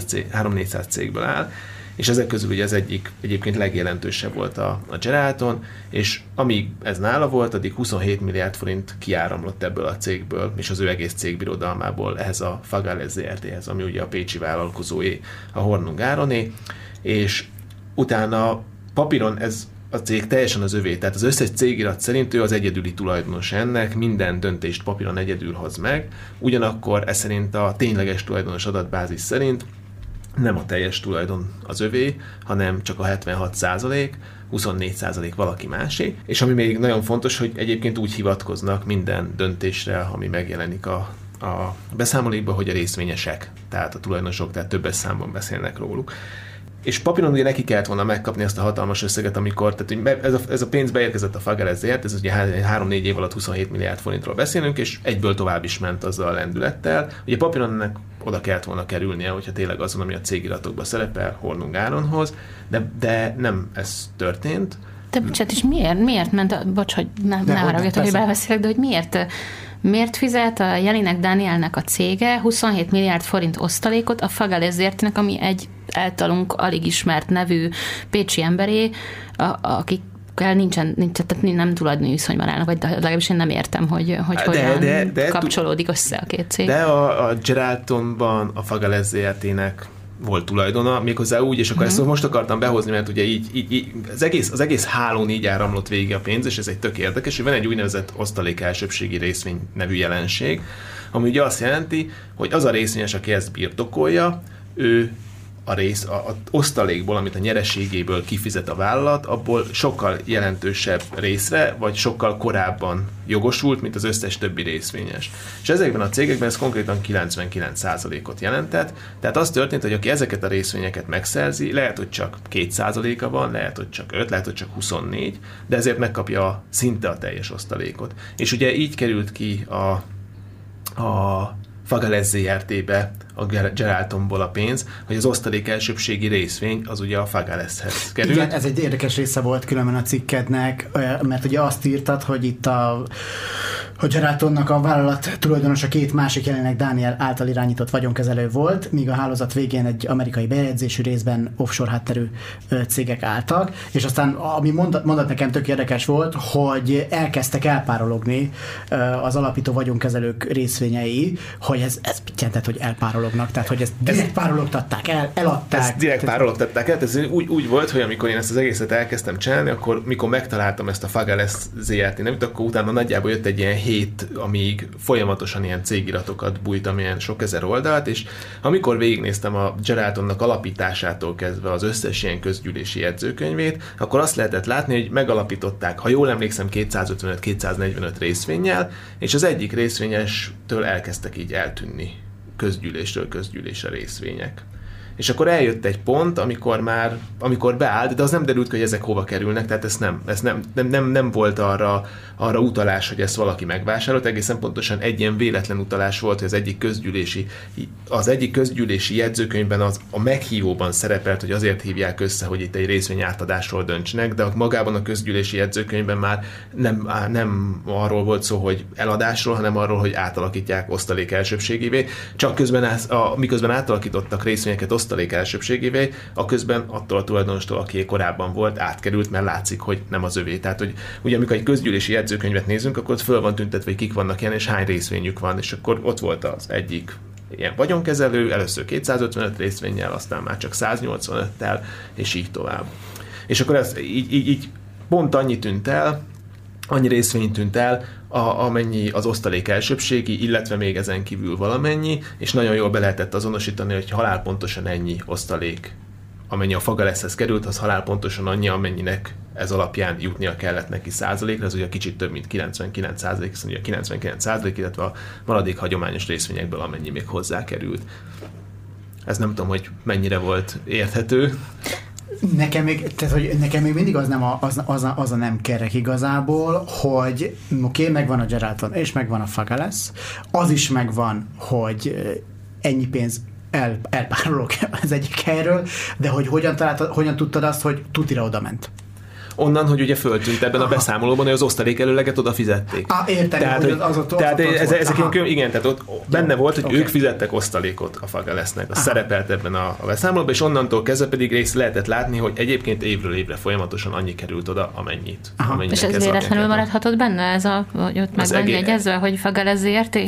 3-400 cégből áll, és ezek közül ugye az egyik egyébként legjelentősebb volt a Geraldton, és amíg ez nála volt, addig 27 milliárd forint kiáramlott ebből a cégből, és az ő egész cégbirodalmából ehhez a Fagales ZRT-hez, ami ugye a pécsi vállalkozóé, a Hornung Ároné, és utána papíron ez a cég teljesen az övé, tehát az összes cégirat szerint ő az egyedüli tulajdonos ennek, minden döntést papíron egyedül hoz meg, ugyanakkor ez szerint a tényleges tulajdonos adatbázis szerint nem a teljes tulajdon az övé, hanem csak a 76%, 24% valaki másé, és ami még nagyon fontos, hogy egyébként úgy hivatkoznak minden döntésre, ami megjelenik a beszámolékban, hogy a részvényesek, tehát a tulajdonosok, tehát többes számban beszélnek róluk. És papíron ugye neki kellett volna megkapni ezt a hatalmas összeget, amikor, tehát ez a pénz beérkezett a Fagales ZRT, ez ugye 3-4 év alatt 27 milliárd forintról beszélünk, és egyből tovább is ment azzal a lendülettel. Ugye papíron ennek oda kellett volna kerülnie, hogyha tényleg azon, ami a cégiratokban szerepel Hornung Áronhoz, de nem ez történt. De bocsánat, és miért ment, bocs, hogy ne haragudjatok, hogy belbeszélek, de hogy miért fizet a Jelinek Dánielnek a cége 27 milliárd forint osztalékot a Fagales ZRT-nek, ami egy általunk alig ismert nevű pécsi emberé, akikkel nincsen, tehát nem tulajdoni viszonyban állnak, vagy legalábbis én nem értem, hogy hogyan kapcsolódik össze a két cég. De a Geraldtonban a Fagales ZRT-nek volt tulajdona, méghozzá úgy, és akkor ezt most akartam behozni, mert ugye így az egész hálón így áramlott végig a pénz, és ez egy tök érdekes, hogy van egy úgynevezett osztalék elsőbbségi részvény nevű jelenség, ami ugye azt jelenti, hogy az a részvényes, aki ezt birtokolja, ő az osztalékból, amit a nyereségéből kifizet a vállalat, abból sokkal jelentősebb részre, vagy sokkal korábban jogosult, mint az összes többi részvényes. És ezekben a cégekben ez konkrétan 99%-ot jelentett, tehát az történt, hogy aki ezeket a részvényeket megszerzi, lehet, hogy csak 2%-a van, lehet, hogy csak 5, lehet, hogy csak 24, de ezért megkapja szinte a teljes osztalékot. És ugye így került ki a Fagales ZRT-be a Geraldtonból a pénz, hogy az osztalék elsőbbségi részvény az ugye a Fagaleshez került. Igen, ez egy érdekes része volt különben a cikkednek, mert ugye azt írtad, hogy itt a Geraldtonnak a vállalat tulajdonosa 2 másik Jelinek Dániel által irányított vagyonkezelő volt, míg a hálózat végén egy amerikai bejegyzésű részben offshore hátterű cégek álltak, és aztán ami mondat nekem tök érdekes volt, hogy elkezdtek elpárologni az alapító vagyonkezelők részvényei, hogy ez mit jelentett, hogy elpárolognak, tehát hogy ezt direkt párologtatták el, eladták. Ezt direkt párologtatták el, ez úgy volt, hogy amikor én ezt az egészet elkezdtem csinálni, akkor mikor megtaláltam ezt a Fagales ZRT nevet, akkor utána nagyjából jött egy ilyen hét, amíg folyamatosan ilyen cégiratokat bújtam, ilyen sok ezer oldalt, és amikor végignéztem a Geraldtonnak alapításától kezdve az összes ilyen közgyűlési jegyzőkönyvét, akkor azt lehetett látni, hogy megalapították, ha jól emlékszem, 255-245 részvénnyel, és az egyik részvényestől elkezdtek így eltűnni közgyűlésről közgyűlésre részvények. és akkor eljött egy pont, amikor beállt, de az nem derült, hogy ezek hova kerülnek, tehát ez nem volt arra utalás, hogy ezt valaki megvásárolt, egészen pontosan egy ilyen véletlen utalás volt, hogy az egyik közgyűlési jegyzőkönyvben a meghívóban szerepelt, hogy azért hívják össze, hogy itt egy részvény átadásról döntsenek, de magában a közgyűlési jegyzőkönyvben már nem arról volt szó, hogy eladásról, hanem arról, hogy átalakítják osztalék elsőbségévé. Csak közben miközben átalakítottak részvényeket osztalék elsőbségévé, közben attól a tulajdonostól, aki korábban volt, átkerült, mert látszik, hogy nem az övé. Tehát, hogy ugye amikor egy közgyűlési jegyzőkönyvet nézünk, akkor ott föl van tüntetve, hogy kik vannak ilyen, és hány részvényük van, és akkor ott volt az egyik ilyen vagyonkezelő, először 255 részvénnyel, aztán már csak 185-tel, és így tovább. És akkor ez így pont annyi tűnt el, annyi részvény tűnt el, amennyi az osztalék elsőbségi, illetve még ezen kívül valamennyi, és nagyon jól be lehetett azonosítani, hogy halálpontosan ennyi osztalék, amennyi a Fagaleszhez került, az halálpontosan annyi, amennyinek ez alapján jutnia kellett neki százalékra, ez ugye kicsit több, mint 99%, hiszen ugye 99%, illetve a maradék hagyományos részvényekből amennyi még hozzá került. Ez nem tudom, hogy mennyire volt érthető. Nekem még mindig az a nem kerek igazából, hogy oké, megvan a Geraldton, és megvan a Fagalesz, az is megvan, hogy ennyi pénz elpárolok az egyik helyről, de hogy hogyan tudtad azt, hogy tutira oda ment? Onnan, hogy ugye föltűnt ebben a beszámolóban, hogy az osztalék előleget oda fizették. Értem, tehát, hogy az ott igen, tehát ott benne volt, hogy ők fizettek osztalékot a Fagalesznek. Az szerepelt ebben a beszámolóban, és onnantól kezdve pedig lehetett látni, hogy egyébként évről évre folyamatosan annyi került oda, amennyit. És ez véletlenül maradhatott benne? Ez hogy ott meg van jegyezve, hogy Fagalesz ZRT?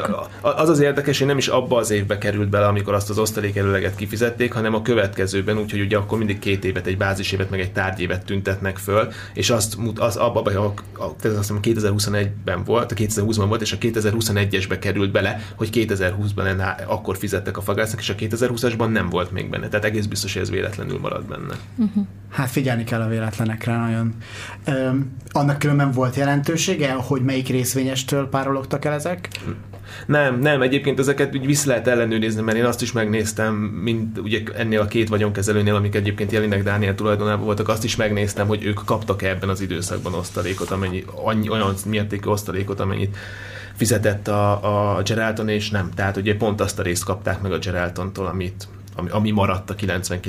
Az érdekes, hogy nem is abba az évbe került bele, amikor azt az osztalék előleget kifizették, hanem a következőben, úgyhogy ugye akkor mindig 2 évet, egy bázisévet, meg egy tárgyévet tüntetnek föl, és azt hiszem 2021-ben volt, 2020-ban volt, és a 2021-esbe került bele, hogy 2020-ban akkor fizettek a Fagalesznek, és a 2020-asban nem volt még benne. Tehát egész biztos, hogy ez véletlenül maradt benne. Hát figyelni kell a véletlenekre nagyon. Annak különben volt jelentősége, hogy melyik részvényestől párologtak el ezek? Nem, egyébként ezeket úgy vissza lehet ellenőrizni, mert én azt is megnéztem, mint ugye ennél a 2 vagyonkezelőnél, amik egyébként Jelinek Dániel tulajdonában voltak, azt is megnéztem, hogy ők kaptak ebben az időszakban osztalékot, olyan mértékű osztalékot, amennyit fizetett a Geraldton, és nem. Tehát ugye pont azt a részt kapták meg a Geraldtontól, ami maradt a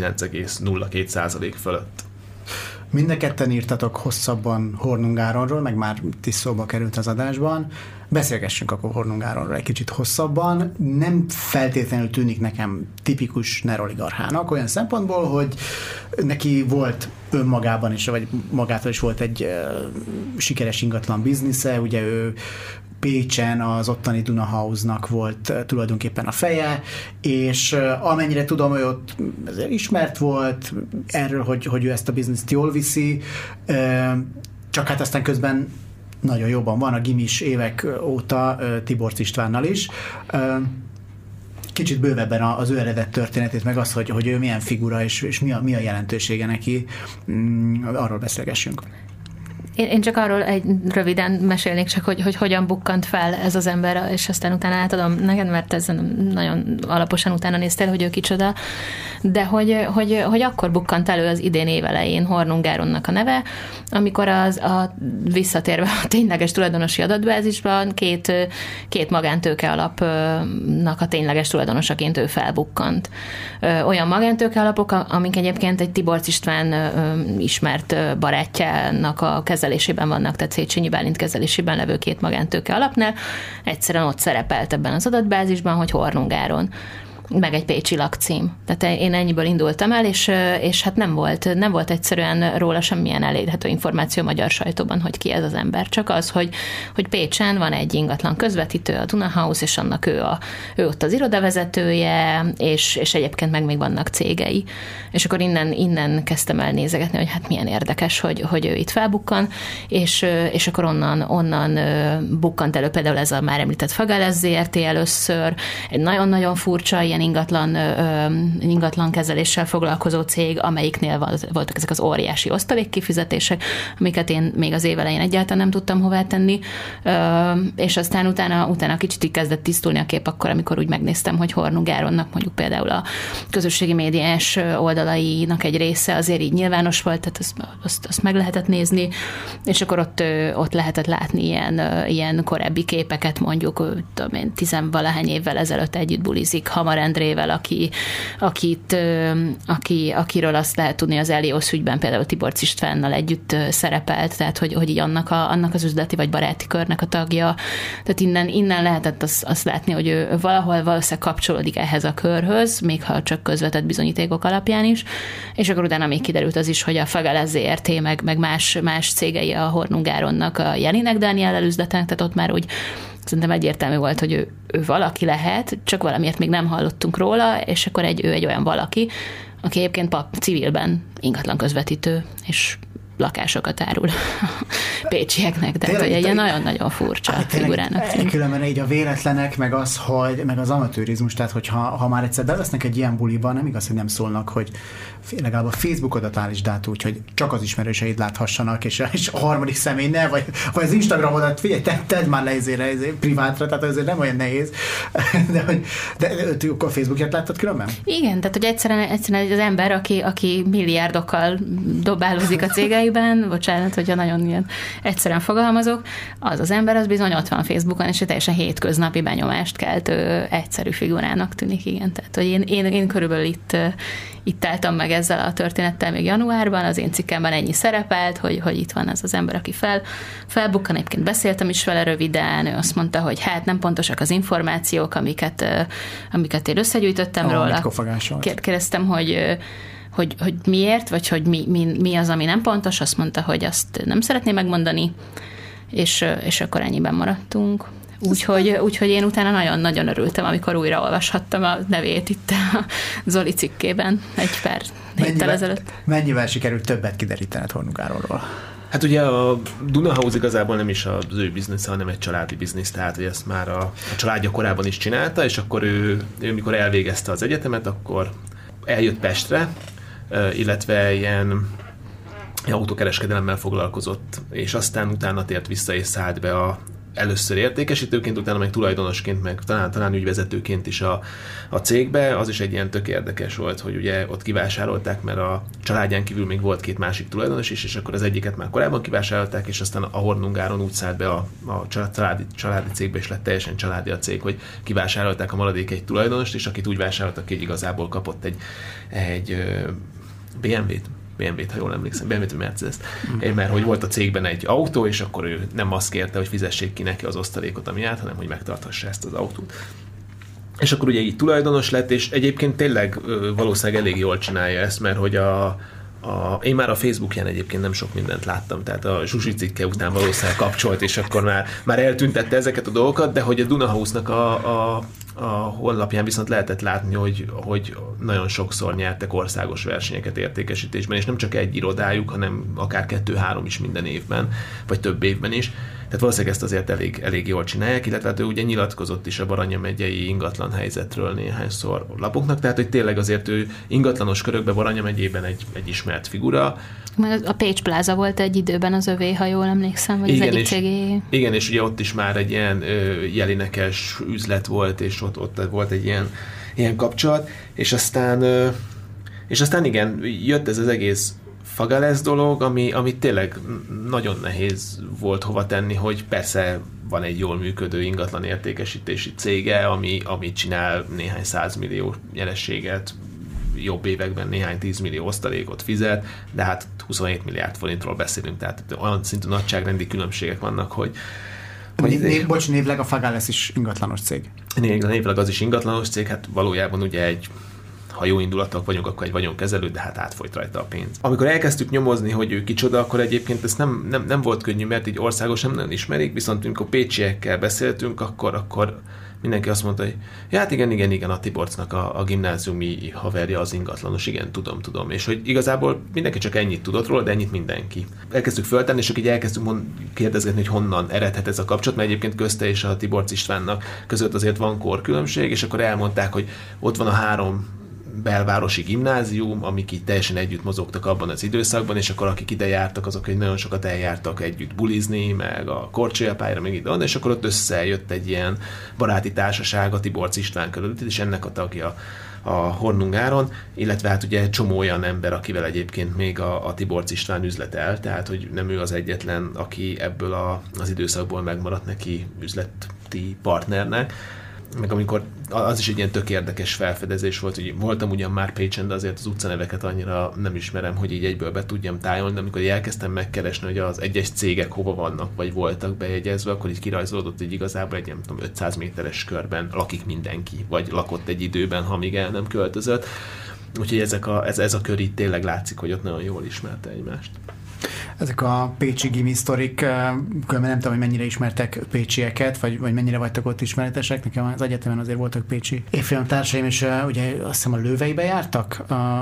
99,02% fölött. Mind a ketten írtatok hosszabban Hornung Áronról, meg már itt is szóba került az adásban. Beszélgessünk akkor Hornung Áronról egy kicsit hosszabban. Nem feltétlenül tűnik nekem tipikus neroligarchának, olyan szempontból, hogy neki volt önmagában is, vagy magától is volt egy sikeres ingatlan biznisze, ugye ő Pécsen az ottani Duna House-nak volt tulajdonképpen a feje, és amennyire tudom, hogy ott ismert volt erről, hogy ő ezt a bizniszt jól viszi, csak hát aztán közben nagyon jóban van a gimis évek óta Tiborcs Istvánnal is. Kicsit bővebben az ő eredet történetét, meg az, hogy ő milyen figura, és mi a jelentősége neki, arról beszélgessünk. Én csak arról röviden mesélnék csak, hogy hogyan bukkant fel ez az ember, és aztán utána átadom neked, mert ezen nagyon alaposan utána néztél, hogy ő kicsoda, de hogy akkor bukkant elő az idén évelején Hornung Áronnak a neve, amikor visszatérve a tényleges tulajdonosi adatbázisban két magántőke alapnak a tényleges tulajdonosaként ő felbukkant. Olyan magántőke alapok, amik egyébként egy Tiborcs István ismert barátjának a kezelésében vannak, tehát Széchenyi Bálint kezelésében levő 2 magántőke alapnál. Egyszerűen ott szerepelt ebben az adatbázisban, hogy Hornung Áron, meg egy pécsi lakcím. Tehát én ennyiből indultam el, és hát nem volt egyszerűen róla semmilyen elérhető információ a magyar sajtóban, hogy ki ez az ember. Csak az, hogy Pécsen van egy ingatlan közvetítő, a Duna House, és annak ő ott az irodavezetője, és egyébként meg még vannak cégei. És akkor innen kezdtem el nézegetni, hogy hát milyen érdekes, hogy ő itt felbukkan, és akkor onnan bukkant elő például ez a már említett Fagalesz ZRT először, egy nagyon-nagyon furcsa ilyen ingatlan kezeléssel foglalkozó cég, amelyiknél voltak ezek az óriási osztalékkifizetések, amiket én még az év elején egyáltalán nem tudtam hová tenni, és aztán utána kicsit így kezdett tisztulni a kép akkor, amikor úgy megnéztem, hogy Hornung Áronnak mondjuk például a közösségi médiás oldalainak egy része azért így nyilvános volt, tehát azt meg lehetett nézni, és akkor ott lehetett látni ilyen korábbi képeket, mondjuk 10-valahány évvel ezelőtt együtt bulizik Hamar Endrével, akiről azt lehet tudni, az Elios ügyben például Tiborcs Istvánnal együtt szerepelt, tehát hogy így annak az üzleti vagy baráti körnek a tagja. Tehát innen lehetett azt látni, hogy ő valahol kapcsolódik ehhez a körhöz, még ha csak közvetett bizonyítékok alapján is, és akkor utána még kiderült az is, hogy a Fagale ZRT, meg más cégei a Hornung Áronnak a Jelinek Dániellel üzletelnek, tehát ott már úgy szerintem egyértelmű volt, hogy ő valaki lehet, csak valamiért még nem hallottunk róla, és akkor ő egy olyan valaki, aki egyébként civilben ingatlan közvetítő, és lakásokat árul pécsieknek, tehát hogy egy ilyen nagyon-nagyon furcsa figurának tűnik. Különben így a véletlenek, meg az amatőrizmus, tehát hogyha már egyszer bevesznek egy ilyen buliba, nem igaz, hogy nem szólnak, hogy legalább a Facebookodat állítsd át úgy, hogy csak az ismerőseid láthassanak, és a harmadik személy ne, vagy az Instagramodat, figyelj, tedd már le privátra, tehát azért nem olyan nehéz. De a Facebookját láttad különben? Igen, tehát hogy egyszerűen az ember, aki milliárdokkal dobálózik a cégeiben, bocsánat, hogyha nagyon ilyen egyszerűen fogalmazok, az ember az bizony ott van Facebookon, és teljesen hétköznapi benyomást keltő egyszerű figurának tűnik, igen. Tehát, hogy én körülbelül itt álltam meg ezzel a történettel még januárban, az én cikkemben ennyi szerepelt, hogy itt van ez az ember, aki felbukkan, egyébként beszéltem is vele röviden, ő azt mondta, hogy hát nem pontosak az információk, amiket én összegyűjtöttem róla. Kérdeztem, hogy miért, vagy hogy mi az, ami nem pontos, azt mondta, hogy azt nem szeretné megmondani, és akkor ennyiben maradtunk. Úgyhogy én utána nagyon-nagyon örültem, amikor újra olvashattam a nevét itt a Zoli cikkében egy pár héttel ezelőtt. Mennyivel sikerült többet kiderítened Hornung Áronról? Hát ugye a Dunahouse igazából nem is az ő biznisze, hanem egy családi biznisz, tehát hogy ezt már a családja korábban is csinálta, és akkor ő mikor elvégezte az egyetemet, akkor eljött Pestre, illetve ilyen autókereskedelemmel foglalkozott, és aztán utána tért vissza és szállt be először értékesítőként, utána meg tulajdonosként, meg talán ügyvezetőként is a cégbe. Az is egy ilyen tök érdekes volt, hogy ugye ott kivásárolták, mert a családján kívül még volt 2 másik tulajdonos is, és akkor az egyiket már korábban kivásárolták, és aztán a Hornung Áron úgy szállt be a családi cégbe, és lett teljesen családi a cég, hogy kivásárolták a maradék egy tulajdonost, és akit úgy vásároltak, hogy igazából kapott egy BMW-t, ha jól emlékszem, BMW-t vagy Mercedes-t, mert hogy volt a cégben egy autó, és akkor ő nem azt kérte, hogy fizessék ki neki az osztalékot, ami állt, hanem hogy megtarthassa ezt az autót. És akkor ugye így tulajdonos lett, és egyébként tényleg valószínűleg elég jól csinálja ezt, mert hogy én már a Facebookján egyébként nem sok mindent láttam, tehát a Zsuzsi cikke után valószínűleg kapcsolt, és akkor már eltüntette ezeket a dolgokat, de hogy a Dunahouse-nak a honlapján viszont lehetett látni, hogy nagyon sokszor nyertek országos versenyeket értékesítésben, és nem csak egy irodájuk, hanem akár 2-3 is minden évben, vagy több évben is. Tehát valószínűleg ezt azért elég jól csinálják, illetve hát ő ugye nyilatkozott is a Baranya megyei ingatlan helyzetről néhányszor lapoknak, tehát hogy tényleg azért ő ingatlanos körökben Baranya megyében egy ismert figura. A Pécs Plaza volt egy időben az övé, ha jól emlékszem, vagy igen, az egyik cégé. Igen, és ugye ott is már egy ilyen jelinekes üzlet volt, és ott volt egy ilyen kapcsolat, és aztán igen, jött ez az egész Fagales dolog, ami tényleg nagyon nehéz volt hova tenni, hogy persze van egy jól működő ingatlan értékesítési cége, ami csinál néhány 100 millió nyerességet, jobb években néhány 10 millió osztalékot fizet, de hát 27 milliárd forintról beszélünk, tehát olyan szintű nagyságrendi különbségek vannak, hogy névleg a Fagales is ingatlanos cég. Névleg az is ingatlanos cég, hát valójában ugye ha jó indulatok vagyunk, akkor egy vagyonkezelő, de hát átfolyt rajta a pénz. Amikor elkezdtük nyomozni, hogy ő kicsoda, akkor egyébként ez nem volt könnyű, mert így országosan nem ismerik, viszont amikor pécsiekkel beszéltünk, akkor mindenki azt mondta, hogy ja, hát igen, a Tiborcnak a gimnáziumi haverja az ingatlanos, igen, tudom. És hogy igazából mindenki csak ennyit tudott róla, de ennyit mindenki. Elkezdtük föltenni, és akkor így elkezdtünk kérdezgetni, hogy honnan eredhet ez a kapcsolat, mert egyébként közte és a Tiborcs Istvánnak között azért van korkülönbség, és akkor elmondták, hogy ott van a 3 belvárosi gimnázium, amik így teljesen együtt mozogtak abban az időszakban, és akkor akik ide jártak, azok hogy nagyon sokat eljártak együtt bulizni, meg a korcsolyapályára, meg ide, és akkor ott összejött egy ilyen baráti társaság a Tiborcs István körül, és ennek a tagja a Hornungáron, illetve hát ugye csomó olyan ember, akivel egyébként még a Tiborcs István üzletel, tehát hogy nem ő az egyetlen, aki ebből az időszakból megmaradt neki üzleti partnernek. Meg amikor az is egy ilyen tök érdekes felfedezés volt, hogy voltam ugyan már Pécsen, de azért az utcaneveket annyira nem ismerem, hogy így egyből be tudjam tájolni, de amikor elkezdtem megkeresni, hogy az egyes cégek hova vannak, vagy voltak bejegyezve, akkor így kirajzolódott, hogy igazából egy 500 méteres körben lakik mindenki, vagy lakott egy időben, ha még el nem költözött. Úgyhogy ez a kör így tényleg látszik, hogy ott nagyon jól ismerte egymást. Ezek a pécsi gimi sztorik, különben nem tudom, hogy mennyire ismertek pécsieket, vagy mennyire vagytok ott ismeretesek. Nekem az egyetemen azért voltak pécsi évfolyamtársaim, és ugye azt hiszem a Lőveibe jártak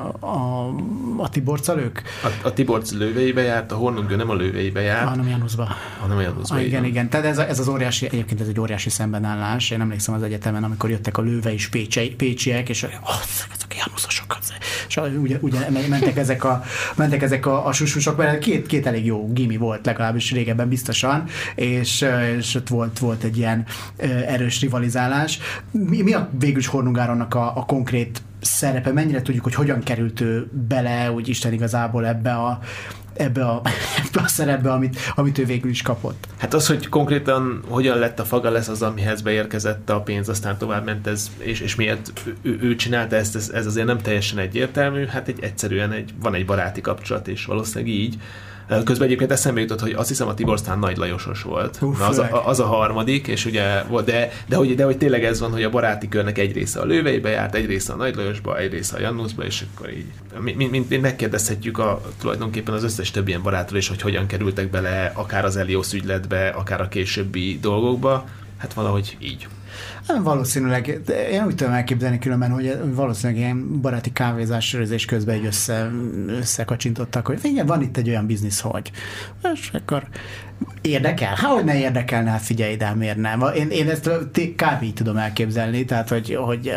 a Tiborccal ők? A Tiborcs Lőveibe járt, a Hornungő nem a Lőveibe járt. Hanem Jánuszba. Igen. Tehát ez az óriási, egyébként ez egy óriási szembenállás. Én emlékszem az egyetemen, amikor jöttek a Lővei pécsiek, és ezek a jánuszosok. És ugye mentek ezek a sususok, mert két elég jó gimi volt, legalábbis régebben biztosan, és ott volt egy ilyen erős rivalizálás. Mi a végülis Hornungáronnak a konkrét szerepe? Mennyire tudjuk, hogy hogyan került ő bele, úgy Isten igazából ebbe a szerepbe, amit ő végül is kapott? Hát az, hogy konkrétan hogyan lett a Faga lesz az, amihez beérkezett a pénz, aztán tovább ment ez, és miért ő csinálta ezt, ez azért nem teljesen egyértelmű, hát egyszerűen van egy baráti kapcsolat, és valószínűleg így. Közben egyébként eszembe jutott, hogy azt hiszem a Tiborctán Nagy Lajosos volt. Az a harmadik, és ugye, de hogy tényleg ez van, hogy a baráti körnek egy része a Lőveibe járt, egy része a Nagy Lajosba, egy része a Jannuszba, és akkor így mint megkérdezhetjük tulajdonképpen az összes több ilyen barátról is, hogy hogyan kerültek bele akár az Elios ügyletbe, akár a későbbi dolgokba. Hát valahogy így. Valószínűleg, én úgy tudom elképzelni különben, hogy valószínűleg ilyen baráti kávézás, sörözés közben egy összekacsintottak, hogy igen, van itt egy olyan biznisz, hogy és akkor érdekel? Hogy ne érdekelne? Hát figyelj, de miért nem? Én ezt kb. Így tudom elképzelni, tehát hogy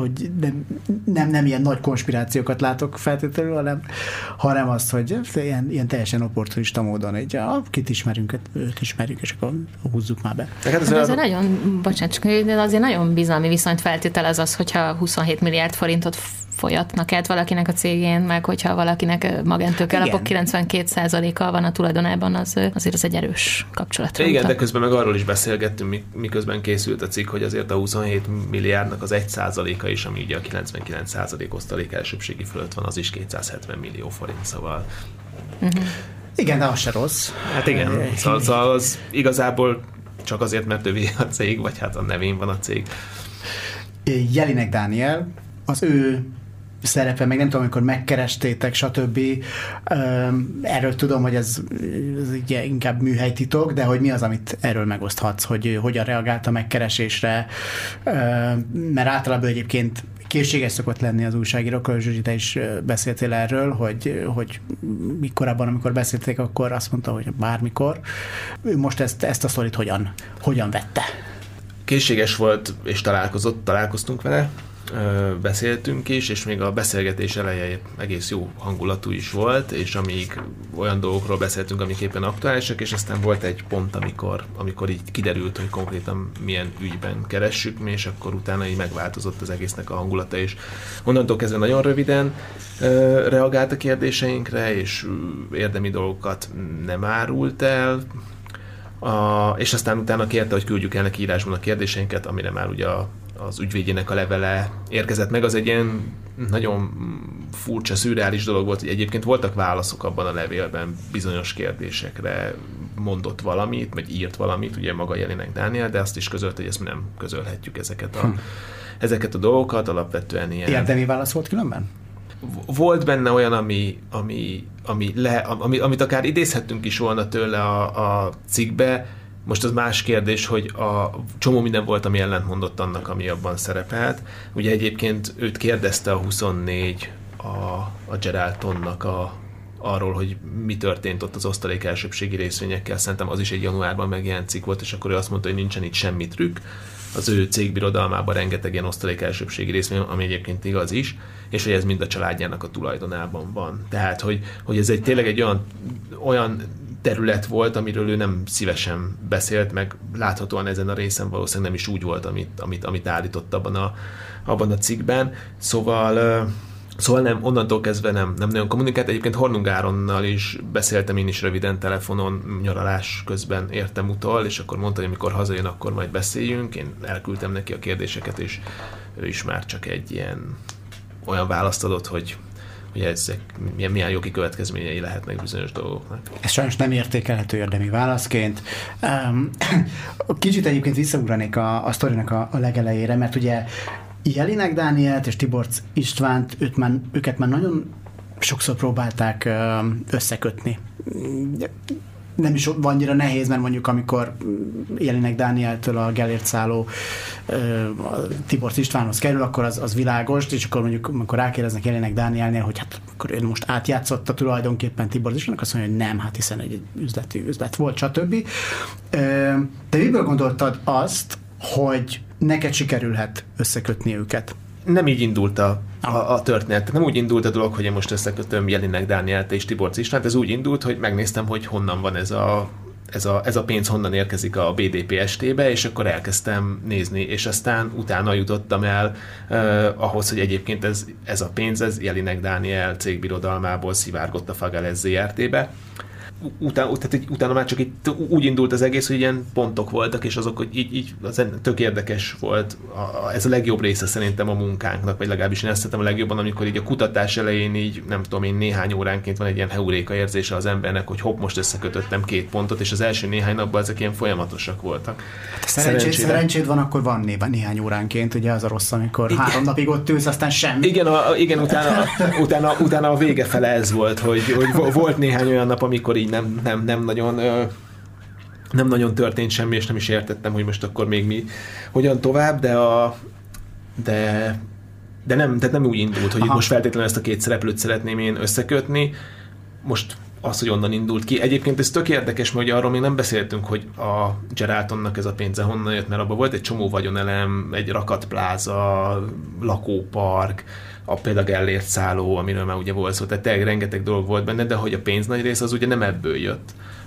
nem ilyen nagy konspirációkat látok feltétlenül, hanem azt, hogy ilyen teljesen opportunista módon, hogy kit ismerünk, őt ismerjük, és akkor húzzuk már be. Ez azért nagyon, de azért nagyon bizalmi viszonyt feltételez az, hogyha 27 milliárd forintot folyatnak át valakinek a cégén, meg hogyha valakinek magántőkelapok 92%-a van a tulajdonában, azért az egy erős kapcsolatra. Igen, de közben meg arról is beszélgettünk, miközben készült a cikk, hogy azért a 27 milliárdnak az 1%-a is, ami ugye a 99% osztalék elsőbségi fölött van, az is 270 millió forint, szóval. Uh-huh. Igen, de az se rossz. Hát igen, szóval az igazából csak azért, mert övé a cég, vagy hát a nevén van a cég. Jelinek Dániel, az ő szerepe, meg nem tudom, amikor megkerestétek, stb. Erről tudom, hogy ez ugye inkább műhelytitok, de hogy mi az, amit erről megoszthatsz, hogy hogyan reagált a megkeresésre, mert általában egyébként készséges szokott lenni az újságírókkal, Zsuzsi, te is beszéltél erről, hogy korábban, amikor beszélték, akkor azt mondta, hogy bármikor. Most ezt a sztorit hogyan vette? Készséges volt, és találkoztunk vele, beszéltünk is, és még a beszélgetés eleje egész jó hangulatú is volt, és amíg olyan dolgokról beszéltünk, amik éppen aktuálisak, és aztán volt egy pont, amikor így kiderült, hogy konkrétan milyen ügyben keressük mi, és akkor utána így megváltozott az egésznek a hangulata, és onnantól kezdve nagyon röviden reagált a kérdéseinkre, és érdemi dolgokat nem árult el, és aztán utána kérte, hogy küldjük el neki írásban a kérdéseinket, amire már ugye az ügyvédjének a levele érkezett meg. Az egy ilyen nagyon furcsa, szürreális dolog volt, hogy egyébként voltak válaszok abban a levélben bizonyos kérdésekre, mondott valamit, vagy írt valamit, ugye maga Jelinek Dániel, de azt is közölte, hogy ezt mi nem közölhetjük ezeket a dolgokat, alapvetően ilyen... Érdemi válasz volt különben? Volt benne olyan, amit akár idézhettünk is volna tőle a cikkbe, Most az más kérdés, hogy a csomó minden volt, ami ellentmondott annak, ami abban szerepelt. Ugye egyébként őt kérdezte a 24 a Geraldtonnak arról, hogy mi történt ott az osztalék elsőbbségi részvényekkel. Szerintem az is egy januárban megjelent cikk volt, és akkor ő azt mondta, hogy nincsen itt semmi trükk. Az ő cégbirodalmában rengeteg ilyen osztalék elsőbbségi részvény, ami egyébként igaz is, és hogy ez mind a családjának a tulajdonában van. Tehát, hogy ez tényleg egy olyan terület volt, amiről ő nem szívesen beszélt, meg láthatóan ezen a részen valószínűleg nem is úgy volt, amit állított abban a cikkben. Szóval nem, onnantól kezdve nem nagyon kommunikált. Egyébként Hornung Áronnal is beszéltem én is röviden telefonon, nyaralás közben értem utol, és akkor mondta, hogy amikor hazajön, akkor majd beszéljünk. Én elküldtem neki a kérdéseket, és ő is már csak egy olyan választ adott, hogy ezek milyen jogi következményei lehetnek bizonyos dolgoknak. Ez sajnos nem értékelhető érdemi válaszként. Kicsit egyébként visszaugranék a sztorinak a legelejére, mert ugye Jelinek Dánielt és Tiborcs Istvánt, őket már nagyon sokszor próbálták összekötni. Nem is van annyira nehéz, mert mondjuk amikor Jelinek Dánieltől a Gellért szálló Tiborcs Istvánhoz kerül, akkor az világos, és akkor mondjuk amikor rákérdeznek Jelinek Dánielnél, hogy hát akkor ő most átjátszotta tulajdonképpen Tiborcs Istvánnak, azt mondja, hogy nem, hát hiszen egy üzlet volt, stb. Te miből gondoltad azt, hogy neked sikerülhet összekötni őket? Nem így indult a történet. Nem úgy indult a dolog, hogy én most összekötöm Jelinek Dánielt és Tiborcs Istvánt, ez úgy indult, hogy megnéztem, hogy honnan van ez a pénz, honnan érkezik a BDP ST-be, és akkor elkezdtem nézni, és aztán utána jutottam el ahhoz, hogy egyébként ez a pénz, ez Jelinek Dániel cégbirodalmából szivárgott a Fagales ZRT-be. Utána már csak úgy indult az egész, hogy ilyen pontok voltak, és azok, hogy így az tök érdekes volt. Ez a legjobb része szerintem a munkánknak, vagy legalábbis én ezt tettem a legjobban, amikor így a kutatás elején így, nem tudom én, néhány óránként van egy ilyen heuréka érzése az embernek, hogy hopp, most összekötöttem 2 pontot, és az első néhány napban ezek ilyen folyamatosak voltak. Szerencséd van, akkor van néhány óránként, ugye az a rossz, amikor 3 napig ott ülsz, aztán semmi. Igen, utána a vége fele ez volt, hogy volt néhány olyan nap, amikor így nem nagyon történt semmi, és nem is értettem, hogy most akkor még hogyan tovább, de nem úgy indult, hogy most feltétlenül ezt a 2 szereplőt szeretném én összekötni. Most az, hogy onnan indult ki. Egyébként ez tök érdekes, mert arról még nem beszéltünk, hogy a Geraldtonnak ez a pénze honnan jött, mert abban volt egy csomó vagyonelem, egy rakatpláza, lakópark, például Gellért szálló, amiről már ugye volt szó, tehát tényleg rengeteg dolog volt benne, de hogy a pénz nagy része az ugye nem ebből jött,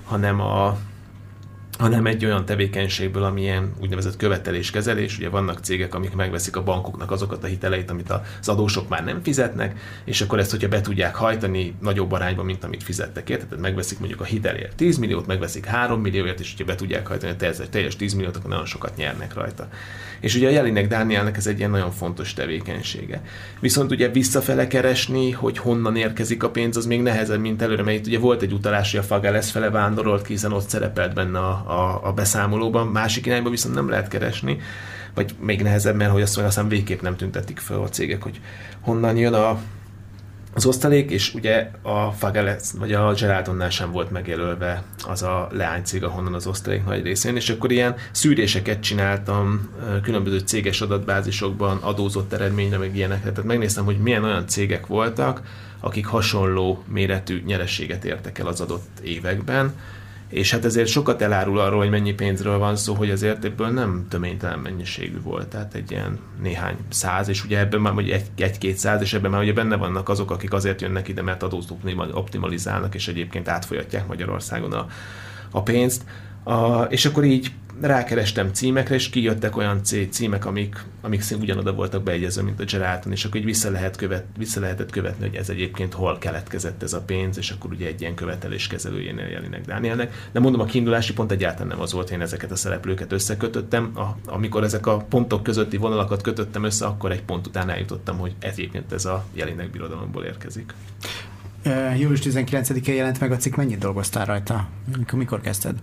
hanem egy olyan tevékenységből, amilyen úgynevezett követeléskezelés. Ugye vannak cégek, amik megveszik a bankoknak azokat a hiteleit, amit az adósok már nem fizetnek, és akkor ezt, hogyha be tudják hajtani nagyobb arányban, mint amit fizettek érte, tehát megveszik mondjuk a hitelért 10 milliót, megveszik 3 millióért, és hogyha be tudják hajtani a teljes 10 milliót, akkor nagyon sokat nyernek rajta. És ugye a Jelinek Dánielnek ez egy ilyen nagyon fontos tevékenysége. Viszont ugye visszafele keresni, hogy honnan érkezik a pénz, az még nehezebb, mint előre, mert ugye volt egy utalás, hogy a Fagales fele vándorolt ki, hiszen ott szerepelt benne a beszámolóban, másik irányban viszont nem lehet keresni, vagy még nehezebb, mert hogy azt mondja, aztán végképp nem tüntetik fel a cégek, hogy honnan jön az osztalék, és ugye a Fagales, vagy a Geraldtonnál sem volt megjelölve az a leánycég, ahonnan az osztalék nagy részén, és akkor ilyen szűréseket csináltam különböző céges adatbázisokban, adózott eredményre, meg ilyenekre, tehát megnéztem, hogy milyen olyan cégek voltak, akik hasonló méretű nyereséget értek el az adott években, és hát ezért sokat elárul arról, hogy mennyi pénzről van szó, hogy azért ebből nem töménytelen mennyiségű volt, tehát egy ilyen néhány száz, és ugye ebben már vagy 1-200, és ebben már ugye benne vannak azok, akik azért jönnek ide, mert adót optimalizálnak, és egyébként átfolyatják Magyarországon a pénzt. És akkor így rákerestem címekre, és kijöttek olyan címek, amik ugyanoda voltak beegyezve, mint a Geraldton, és akkor így vissza lehetett követni, hogy ez egyébként hol keletkezett ez a pénz, és akkor ugye egy ilyen követeléskezelőjénél Jelinek Dánielnek. De mondom, a kiindulási pont egyáltalán nem az volt, én ezeket a szereplőket összekötöttem. Amikor ezek a pontok közötti vonalakat kötöttem össze, akkor egy pont után eljutottam, hogy egyébként ez a Jelinek birodalomból érkezik. Július 19-én jelent meg a cikk, mennyit dolgoztál rajta? Mikor kezdted?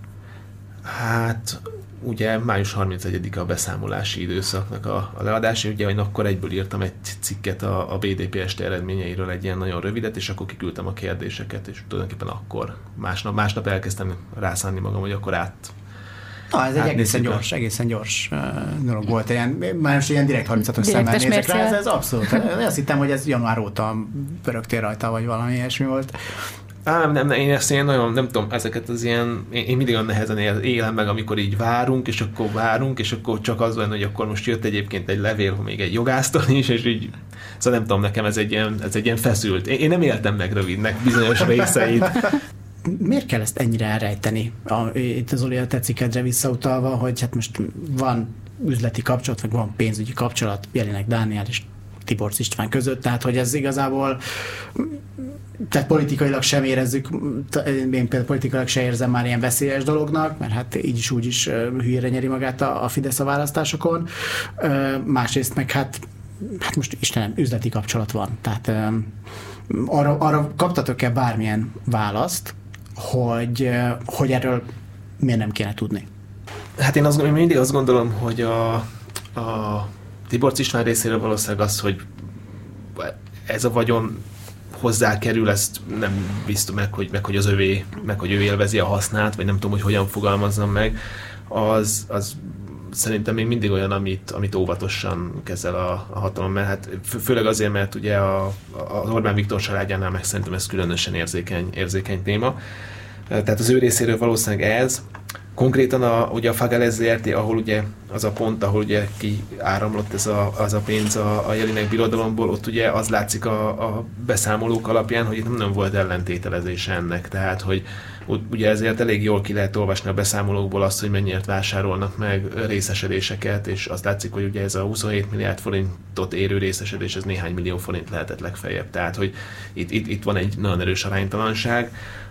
Hát ugye május 31-a a beszámolási időszaknak a leadása, ugye én akkor egyből írtam egy cikket a BDP ST eredményeiről, egy ilyen nagyon rövidet, és akkor kiküldtem a kérdéseket, és tulajdonképpen akkor másnap elkezdtem rászánni magam, hogy akkor Ez egy egészen gyors dolog volt. Már most ilyen direkt 36-os szemmel nézek rá, ez abszolút. Azt hittem, hogy ez január óta pörögtél rajta, vagy valami ilyesmi volt. Nem, én ezt ilyen nagyon, nem tudom, ezeket az ilyen, én mindig olyan nehezen élem meg, amikor így várunk, és akkor csak az van, hogy akkor most jött egyébként egy levél, még egy jogásztól is, és így, szóval nem tudom, nekem ez egy ilyen feszült. Én nem éltem meg rövidnek bizonyos részeit. Miért kell ezt ennyire elrejteni? Itt az Zoli a tetszikedre visszautalva, hogy hát most van üzleti kapcsolat, vagy van pénzügyi kapcsolat Jelinek Dániel és Tiborcs István között, tehát hogy ez igazából, tehát politikailag sem érezzük, én például politikailag sem érzem már ilyen veszélyes dolognak, mert hát így is úgy is hülyére nyeri magát a Fidesz a választásokon. Másrészt meg hát most Istenem, üzleti kapcsolat van, tehát arra kaptatok-e bármilyen választ, hogy erről miért nem kéne tudni? Hát én mindig azt gondolom, hogy a Tiborcs István részéről valószínűleg az, hogy ez a vagyon hozzá kerül, ezt nem biztos meg, hogy az övé, meg hogy ő élvezi a hasznát, vagy nem tudom, hogy hogyan fogalmazzam meg, az szerintem még mindig olyan, amit óvatosan kezel a hatalom, mert hát főleg azért, mert ugye az Orbán Viktor családjánál meg szerintem ez különösen érzékeny téma. Tehát az ő részéről valószínűleg ez. Konkrétan ugye a Fagel ZRT, ahol ugye az a pont, ahol ugye kiáramlott az a pénz a Jelinek birodalomból, ott ugye az látszik a beszámolók alapján, hogy itt nem volt ellentételezés ennek. Tehát, hogy ugye ezért elég jól ki lehet olvasni a beszámolókból azt, hogy mennyiért vásárolnak meg részesedéseket, és azt látszik, hogy ugye ez a 27 milliárd forintot érő részesedés, ez néhány millió forint lehetett legfeljebb. Tehát, hogy itt van egy nagyon erős aránytalanság.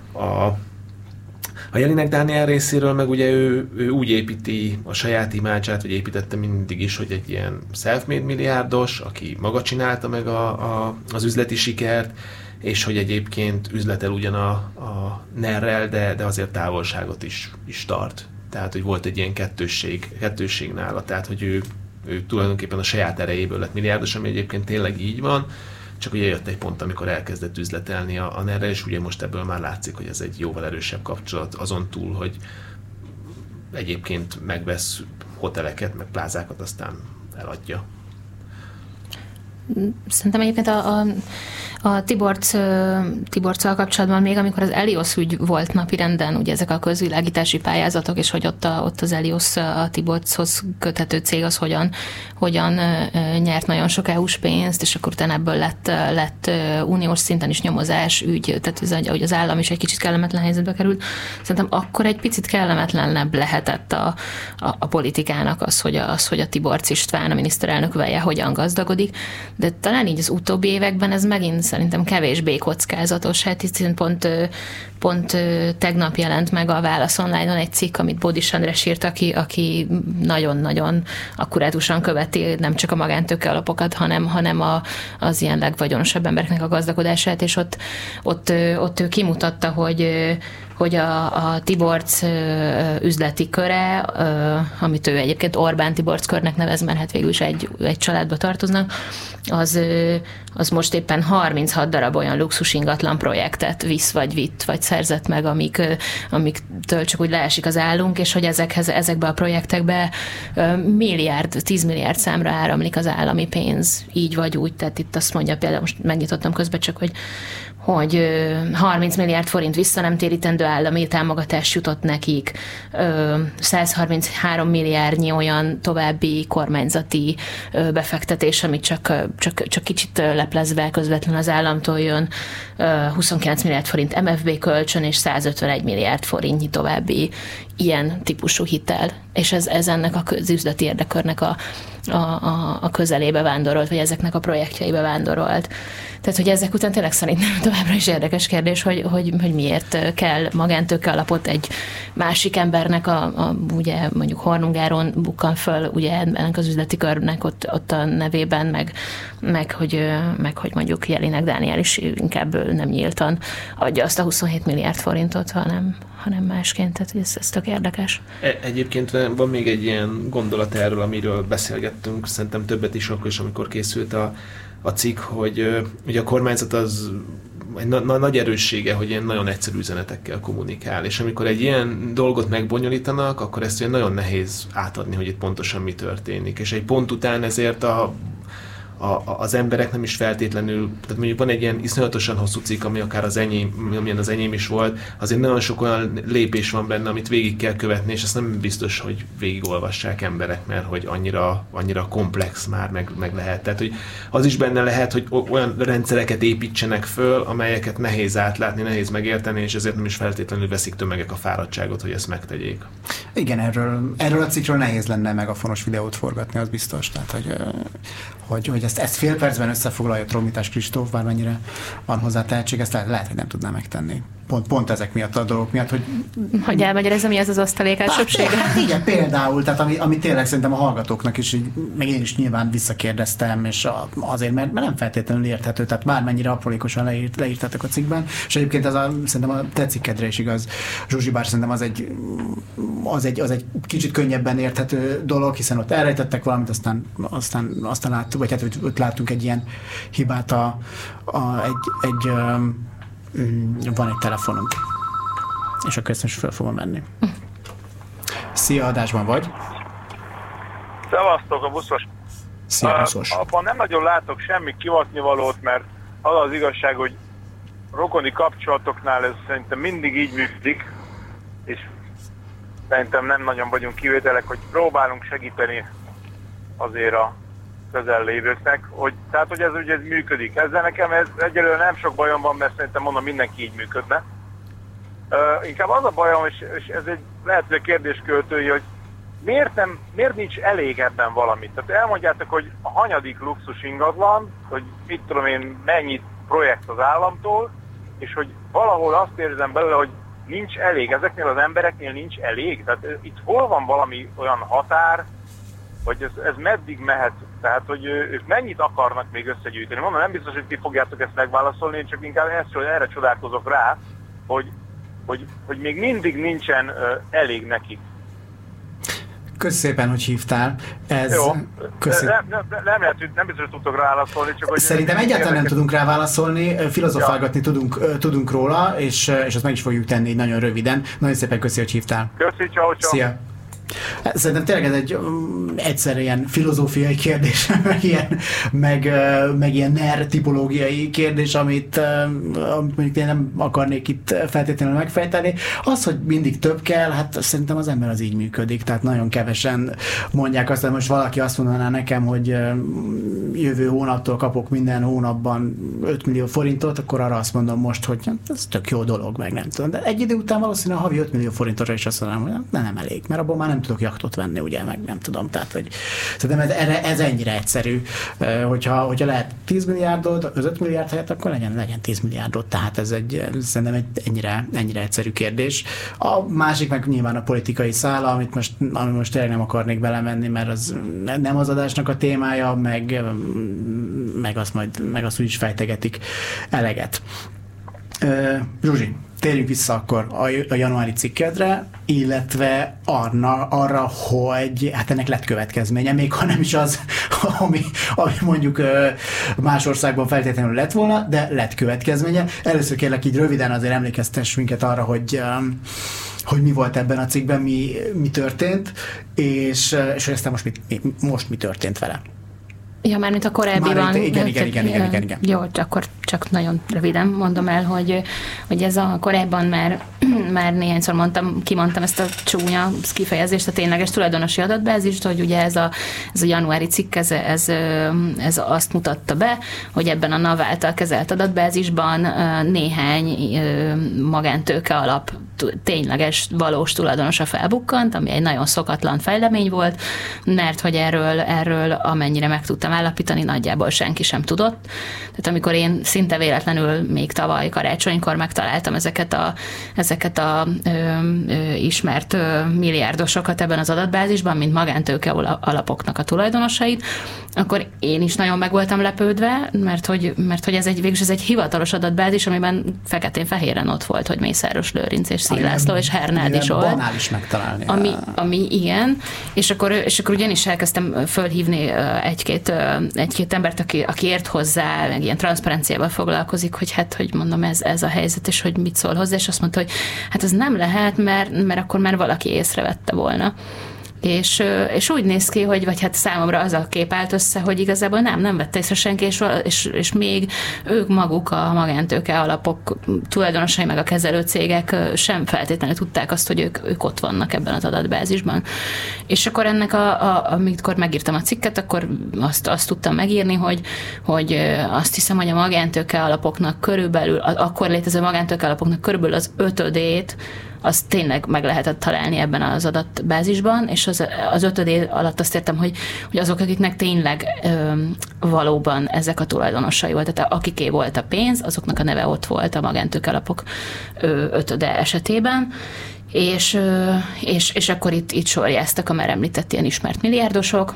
A Jelinek Dániel részéről meg ugye ő úgy építi a saját imádzsát, vagy építette mindig is, hogy egy ilyen self-made milliárdos, aki maga csinálta meg az üzleti sikert, és hogy egyébként üzletel ugyan a NER-rel, de azért távolságot is tart. Tehát, hogy volt egy ilyen kettősség nála, tehát, hogy ő tulajdonképpen a saját erejéből lett milliárdos, ami egyébként tényleg így van, csak ugye jött egy pont, amikor elkezdett üzletelni a NER-rel, és ugye most ebből már látszik, hogy ez egy jóval erősebb kapcsolat, azon túl, hogy egyébként megvesz hoteleket, meg plázákat, aztán eladja. Szerintem egyébként a Tiborccal kapcsolatban még, amikor az Elios ügy volt napirenden, ugye ezek a közvilágítási pályázatok, és hogy ott az Elios a Tiborchoz köthető cég az hogyan nyert nagyon sok EU-s pénzt, és akkor utána ebből lett uniós szinten is nyomozás ügy, tehát hogy az állam is egy kicsit kellemetlen helyzetbe került. Szerintem akkor egy picit kellemetlenebb lehetett a politikának az, hogy a Tiborcs István, a miniszterelnök veje hogyan gazdagodik, de talán így az utóbbi években ez megint szerintem kevésbé kockázatos. Hát itt pont tegnap jelent meg a Válasz Online-on egy cikk, amit Bódis András írt, aki nagyon-nagyon akkurátusan követi nem csak a magántőke alapokat, hanem az ilyen legvagyonosabb embereknek a gazdagodását, és ott ő kimutatta, hogy a Tiborcs üzleti köre, amit ő egyébként Orbán Tiborcs körnek nevez, mert hát végül is egy családba tartoznak, az most éppen 36 darab olyan luxus ingatlan projektet visz, vagy vitt, vagy szerzett meg, amiktől csak úgy leesik az állunk, és hogy ezekbe a projektekbe 10 milliárd számra áramlik az állami pénz, így vagy úgy, tehát itt azt mondja, például most megnyitottam közben csak, hogy 30 milliárd forint visszanemtérítendő állami támogatás jutott nekik, 133 milliárdnyi olyan további kormányzati befektetés, amit csak kicsit leplezve közvetlenül az államtól jön, 29 milliárd forint MFB kölcsön, és 151 milliárd forintnyi további ilyen típusú hitel. És ez ennek az üzleti érdekörnek a közelébe vándorolt, vagy ezeknek a projektjeibe vándorolt. Tehát, hogy ezek után tényleg szerintem továbbra is érdekes kérdés, hogy miért kell magántőke alapot egy másik embernek, ugye mondjuk Hornungáron bukkan föl, ugye ennek az üzleti körnek ott a nevében, meg hogy mondjuk Jelinek Dániel is inkább nem nyíltan adja azt a 27 milliárd forintot, hanem másként, tehát ez tök érdekes. Egyébként van még egy ilyen gondolat erről, amiről beszélgettünk, szerintem többet is akkor is, amikor készült a cikk, hogy ugye a kormányzat az nagy erőssége, hogy ilyen nagyon egyszerű üzenetekkel kommunikál, és amikor egy ilyen dolgot megbonyolítanak, akkor ezt nagyon nehéz átadni, hogy itt pontosan mi történik. És egy pont után ezért az emberek nem is feltétlenül, tehát mondjuk van egy ilyen iszonyatosan hosszú cikk, ami akár amilyen az enyém is volt, azért nagyon sok olyan lépés van benne, amit végig kell követni, és ezt nem biztos, hogy végigolvassák emberek, mert hogy annyira komplex már meg lehet. Tehát, hogy az is benne lehet, hogy olyan rendszereket építsenek föl, amelyeket nehéz átlátni, nehéz megérteni, és ezért nem is feltétlenül veszik tömegek a fáradtságot, hogy ezt megtegyék. Igen, erről a cikkről nehéz lenne megafonos videót forgatni, az biztos. Tehát, hogy ezt fél percben összefoglalja Trombitás Kristóf, bármennyire van hozzá tehetség, ezt lehet, hogy nem tudná megtenni. Pont ezek miatt a dolgok miatt, hogy elmagyarázom, mi az az osztalék elsőbsége? Hát igen, például, tehát ami tényleg szerintem a hallgatóknak is, meg én is nyilván visszakérdeztem, és azért, mert nem feltétlenül érthető, tehát bármennyire aprólékosan leírtatok a cikkben, és egyébként szerintem a te cikkedre is igaz, Zsuzsi, bár szerintem az egy kicsit könnyebben érthető dolog, hiszen ott elrejtettek valamit, aztán láttuk, vagy hát ott láttunk egy ilyen hibát, van egy telefonunk, és akkor ezt most fel fogom menni. Szia, adásban vagy? Szevasztok, a buszos. Szia, buszos. Abban nem nagyon látok semmi kivatnivalót, mert az igazság, hogy rokoni kapcsolatoknál ez szerintem mindig így működik, és szerintem nem nagyon vagyunk kivételek, hogy próbálunk segíteni azért a közellévőknek, tehát hogy ez ugye működik. Ezzel nekem egyelőre nem sok bajom van, mert szerintem mondom, mindenki így működne. Inkább az a bajom, és ez egy lehet, hogy kérdésköltői, hogy miért nincs elég ebben valamit. Tehát elmondjátok, hogy a hanyadik luxus ingatlan, hogy mit tudom én, mennyi projekt az államtól, és hogy valahol azt érzem belőle, hogy nincs elég. Ezeknél az embereknél nincs elég. Tehát itt hol van valami olyan határ, hogy ez meddig mehet, tehát hogy ők mennyit akarnak még összegyűjteni. Mondom, nem biztos, hogy ti fogjátok ezt megválaszolni, én csak inkább erre csodálkozok rá, hogy még mindig nincsen elég nekik. Köszönöm szépen, hogy hívtál. Jó, nem biztos, hogy tudtok rá válaszolni. Csak hogy szerintem egyáltalán nem tudunk rá válaszolni, filozofálgatni tudunk róla, és azt meg is fogjuk tenni nagyon röviden. Nagyon szépen köszönöm, hogy hívtál. Köszi, ciao. Szia. Szerintem tényleg ez egy egyszer ilyen filozófiai kérdés, meg ilyen NER tipológiai kérdés, amit mondjuk én nem akarnék itt feltétlenül megfejteni. Az, hogy mindig több kell, hát szerintem az ember az így működik, tehát nagyon kevesen mondják azt, hogy most valaki azt mondaná nekem, hogy jövő hónaptól kapok minden hónapban 5 millió forintot, akkor arra azt mondom most, hogy ez tök jó dolog, meg nem tudom. De egy idő után valószínűleg a havi 5 millió forintra is azt mondanám, hogy nem elég, mert abból már nem tudok jachtot venni, ugye, meg nem tudom, tehát, hogy szerintem ez ennyire egyszerű, hogyha lehet 10 milliárdod, az 5 milliárd helyett, akkor legyen 10 milliárdod, tehát ez szerintem egy ennyire egyszerű kérdés. A másik meg nyilván a politikai szála, ami most tényleg nem akarnék belemenni, mert az nem az adásnak a témája, meg azt úgyis fejtegetik eleget. Zsuzsi, térjünk vissza akkor a januári cikkedre, illetve arra, hogy hát ennek lett következménye, még ha nem is az, ami mondjuk más országban feltétlenül lett volna, de lett következménye. Először kérlek így röviden azért emlékeztess minket arra, hogy mi volt ebben a cikkben, mi történt, és aztán most mi történt vele. Ja, mármint a korábbiban. Igen. Jó, akkor csak nagyon röviden mondom el, hogy ez a korábban már néhányszor kimondtam ezt a csúnya kifejezést, a tényleges tulajdonosi adatbázist, hogy ugye ez a januári cikk, ez azt mutatta be, hogy ebben a NAV által kezelt adatbázisban néhány magántőke alap tényleges, valós tulajdonosa felbukkant, ami egy nagyon szokatlan fejlemény volt, mert hogy erről amennyire meg tudtam állapítani, nagyjából senki sem tudott. Tehát amikor én szinte véletlenül még tavaly karácsonykor megtaláltam ezeket a ismert milliárdosokat ebben az adatbázisban, mint magántőke alapoknak a tulajdonosait, akkor én is nagyon meg voltam lepődve, mert hogy ez végülis egy hivatalos adatbázis, amiben feketén-fehéren ott volt, hogy Mészáros Lőrinc és Szél László és Hernádi Zsolt. Banális megtalálni. Ami igen, és akkor ugyanis elkezdtem fölhívni egy-két embert, aki ért hozzá, meg ilyen transzparenciával foglalkozik, hogy mondom, ez a helyzet, és hogy mit szól hozzá, és azt mondta, hogy hát ez nem lehet, mert akkor már valaki észrevette volna. És úgy néz ki, vagy hát számomra az a kép állt össze, hogy igazából nem vette észre senki, és még ők maguk, a magántőke alapok tulajdonosai, meg a kezelőcégek sem feltétlenül tudták azt, hogy ők ott vannak ebben az adatbázisban. És akkor ennek, amikor megírtam a cikket, akkor azt tudtam megírni, hogy azt hiszem, hogy a magántőke alapoknak körülbelül, akkor létező magántőke alapoknak körülbelül az 5-ét azt tényleg meg lehetett találni ebben az adatbázisban, és az 5 alatt azt értem, hogy azok, akiknek tényleg valóban ezek a tulajdonosai volt, tehát akiké volt a pénz, azoknak a neve ott volt a magántőkealapok 5 esetében, és akkor itt sorjáztak a már említett ilyen ismert milliárdosok,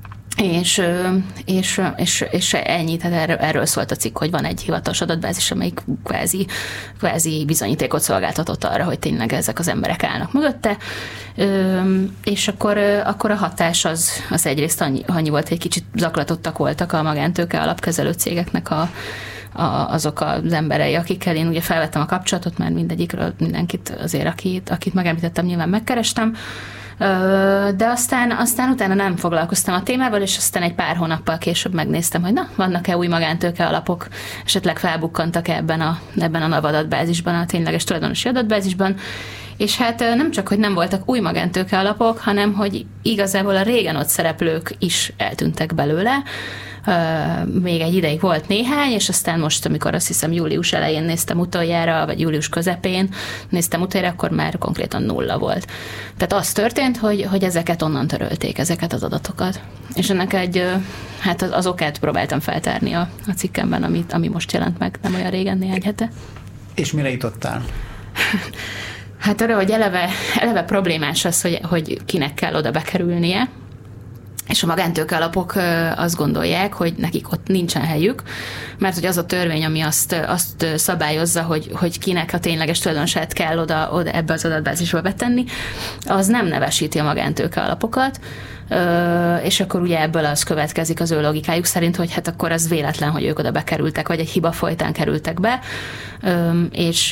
és ennyi, tehát erről szólt a cikk, hogy van egy hivatalos adatbázis, amelyik kvázi bizonyítékot szolgáltatott arra, hogy tényleg ezek az emberek állnak mögötte, és akkor a hatás az egyrészt annyi volt, hogy egy kicsit zaklatottak voltak a magántőke alapkezelő cégeknek azok az emberei, akikkel én ugye felvettem a kapcsolatot, mert mindenkit azért, akit megemlítettem, nyilván megkerestem, de aztán utána nem foglalkoztam a témával, és aztán egy pár hónappal később megnéztem, hogy vannak-e új magántőke alapok, esetleg felbukkantak ebben a NAV adatbázisban, a tényleges tulajdonosi adatbázisban, és hát nem csak, hogy nem voltak új magántőke alapok, hanem, hogy igazából a régen ott szereplők is eltűntek belőle. Még egy ideig volt néhány, és aztán most, amikor azt hiszem július elején néztem utoljára, vagy július közepén néztem utoljára, akkor már konkrétan 0 volt. Tehát az történt, hogy ezeket onnan törölték, ezeket az adatokat. És ennek hát az okát próbáltam feltárni a cikkemben, ami most jelent meg, nem olyan régen, néhány hete. És mire jutottál? Hát arra, hogy eleve problémás az, hogy kinek kell oda bekerülnie, és a magántőke alapok azt gondolják, hogy nekik ott nincsen helyük, mert hogy az a törvény, ami azt szabályozza, hogy kinek a tényleges tulajdonosát kell oda ebbe az adatbázisba betenni, az nem nevesíti a magántőke alapokat, és akkor ugye ebből az következik az ő logikájuk szerint, hogy hát akkor az véletlen, hogy ők oda bekerültek, vagy egy hiba folytán kerültek be, és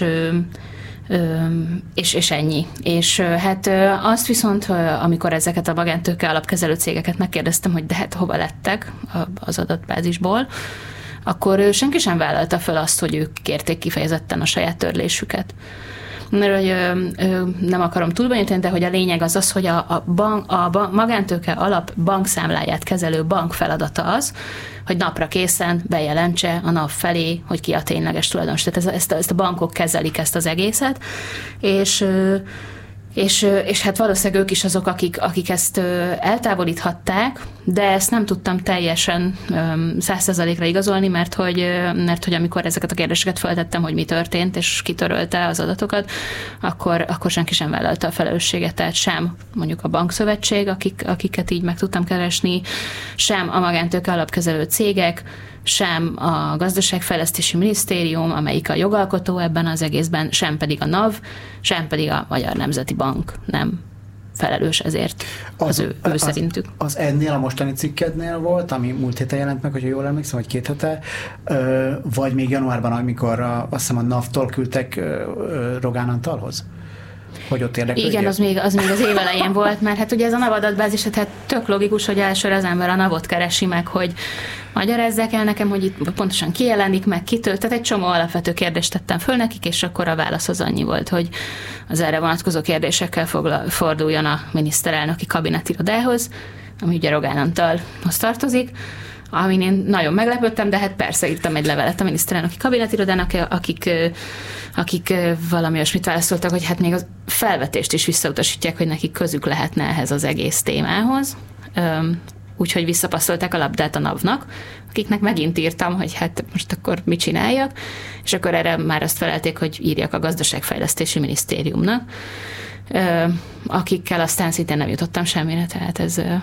ennyi. És hát azt viszont, amikor ezeket a magántőke alapkezelő cégeket megkérdeztem, hogy de hát hova lettek az adatbázisból, akkor senki sem vállalta fel azt, hogy ők kérték kifejezetten a saját törlésüket. Mert hogy nem akarom túlbonyolítani, de hogy a lényeg az, hogy a magántőke alap bankszámláját kezelő bank feladata az, hogy napra készen bejelentse a NAV felé, hogy ki a tényleges tulajdonos. Tehát ezt a bankok kezelik, ezt az egészet, és hát valószínűleg ők is azok, akik ezt eltávolíthatták, de ezt nem tudtam teljesen 100%-ra igazolni, mert hogy amikor ezeket a kérdéseket feltettem, hogy mi történt, és kitörölte az adatokat, akkor senki sem vállalta a felelősséget, tehát sem mondjuk a bankszövetség, akiket így meg tudtam keresni, sem a magántőke alapkezelő cégek, sem a Gazdaságfejlesztési Minisztérium, amelyik a jogalkotó ebben az egészben, sem pedig a NAV, sem pedig a Magyar Nemzeti Bank nem felelős ezért ő szerintük. Az ennél a mostani cikkednél volt, ami múlt héten jelent meg, hogyha jól emlékszem, vagy 2 hete, vagy még januárban, amikor azt hiszem a NAV-tól küldtek Rogán Antalhoz? Hogy ott érdeklődjél? Igen, az még az év elején volt, mert hát ugye ez a NAV adatbázis, hát tök logikus, hogy elsőre az ember a NAV-ot keresi meg, hogy magyarázzák el nekem, hogy itt pontosan ki jelenik meg, kitől, tehát egy csomó alapvető kérdést tettem föl nekik, és akkor a válasz az annyi volt, hogy az erre vonatkozó kérdésekkel forduljon a miniszterelnöki kabinetirodához, ami ugye Rogán Antalhoz tartozik, amin én nagyon meglepődtem, de hát persze írtam egy levelet a miniszterelnöki kabinetirodának, akik valami olyasmit válaszoltak, hogy hát még az felvetést is visszautasítják, hogy nekik közük lehetne ehhez az egész témához. Úgyhogy visszapasszolták a labdát a NAV-nak, akiknek megint írtam, hogy hát most akkor mit csináljak, és akkor erre már azt felelték, hogy írjak a Gazdaságfejlesztési Minisztériumnak, akikkel aztán szintén nem jutottam semmire, tehát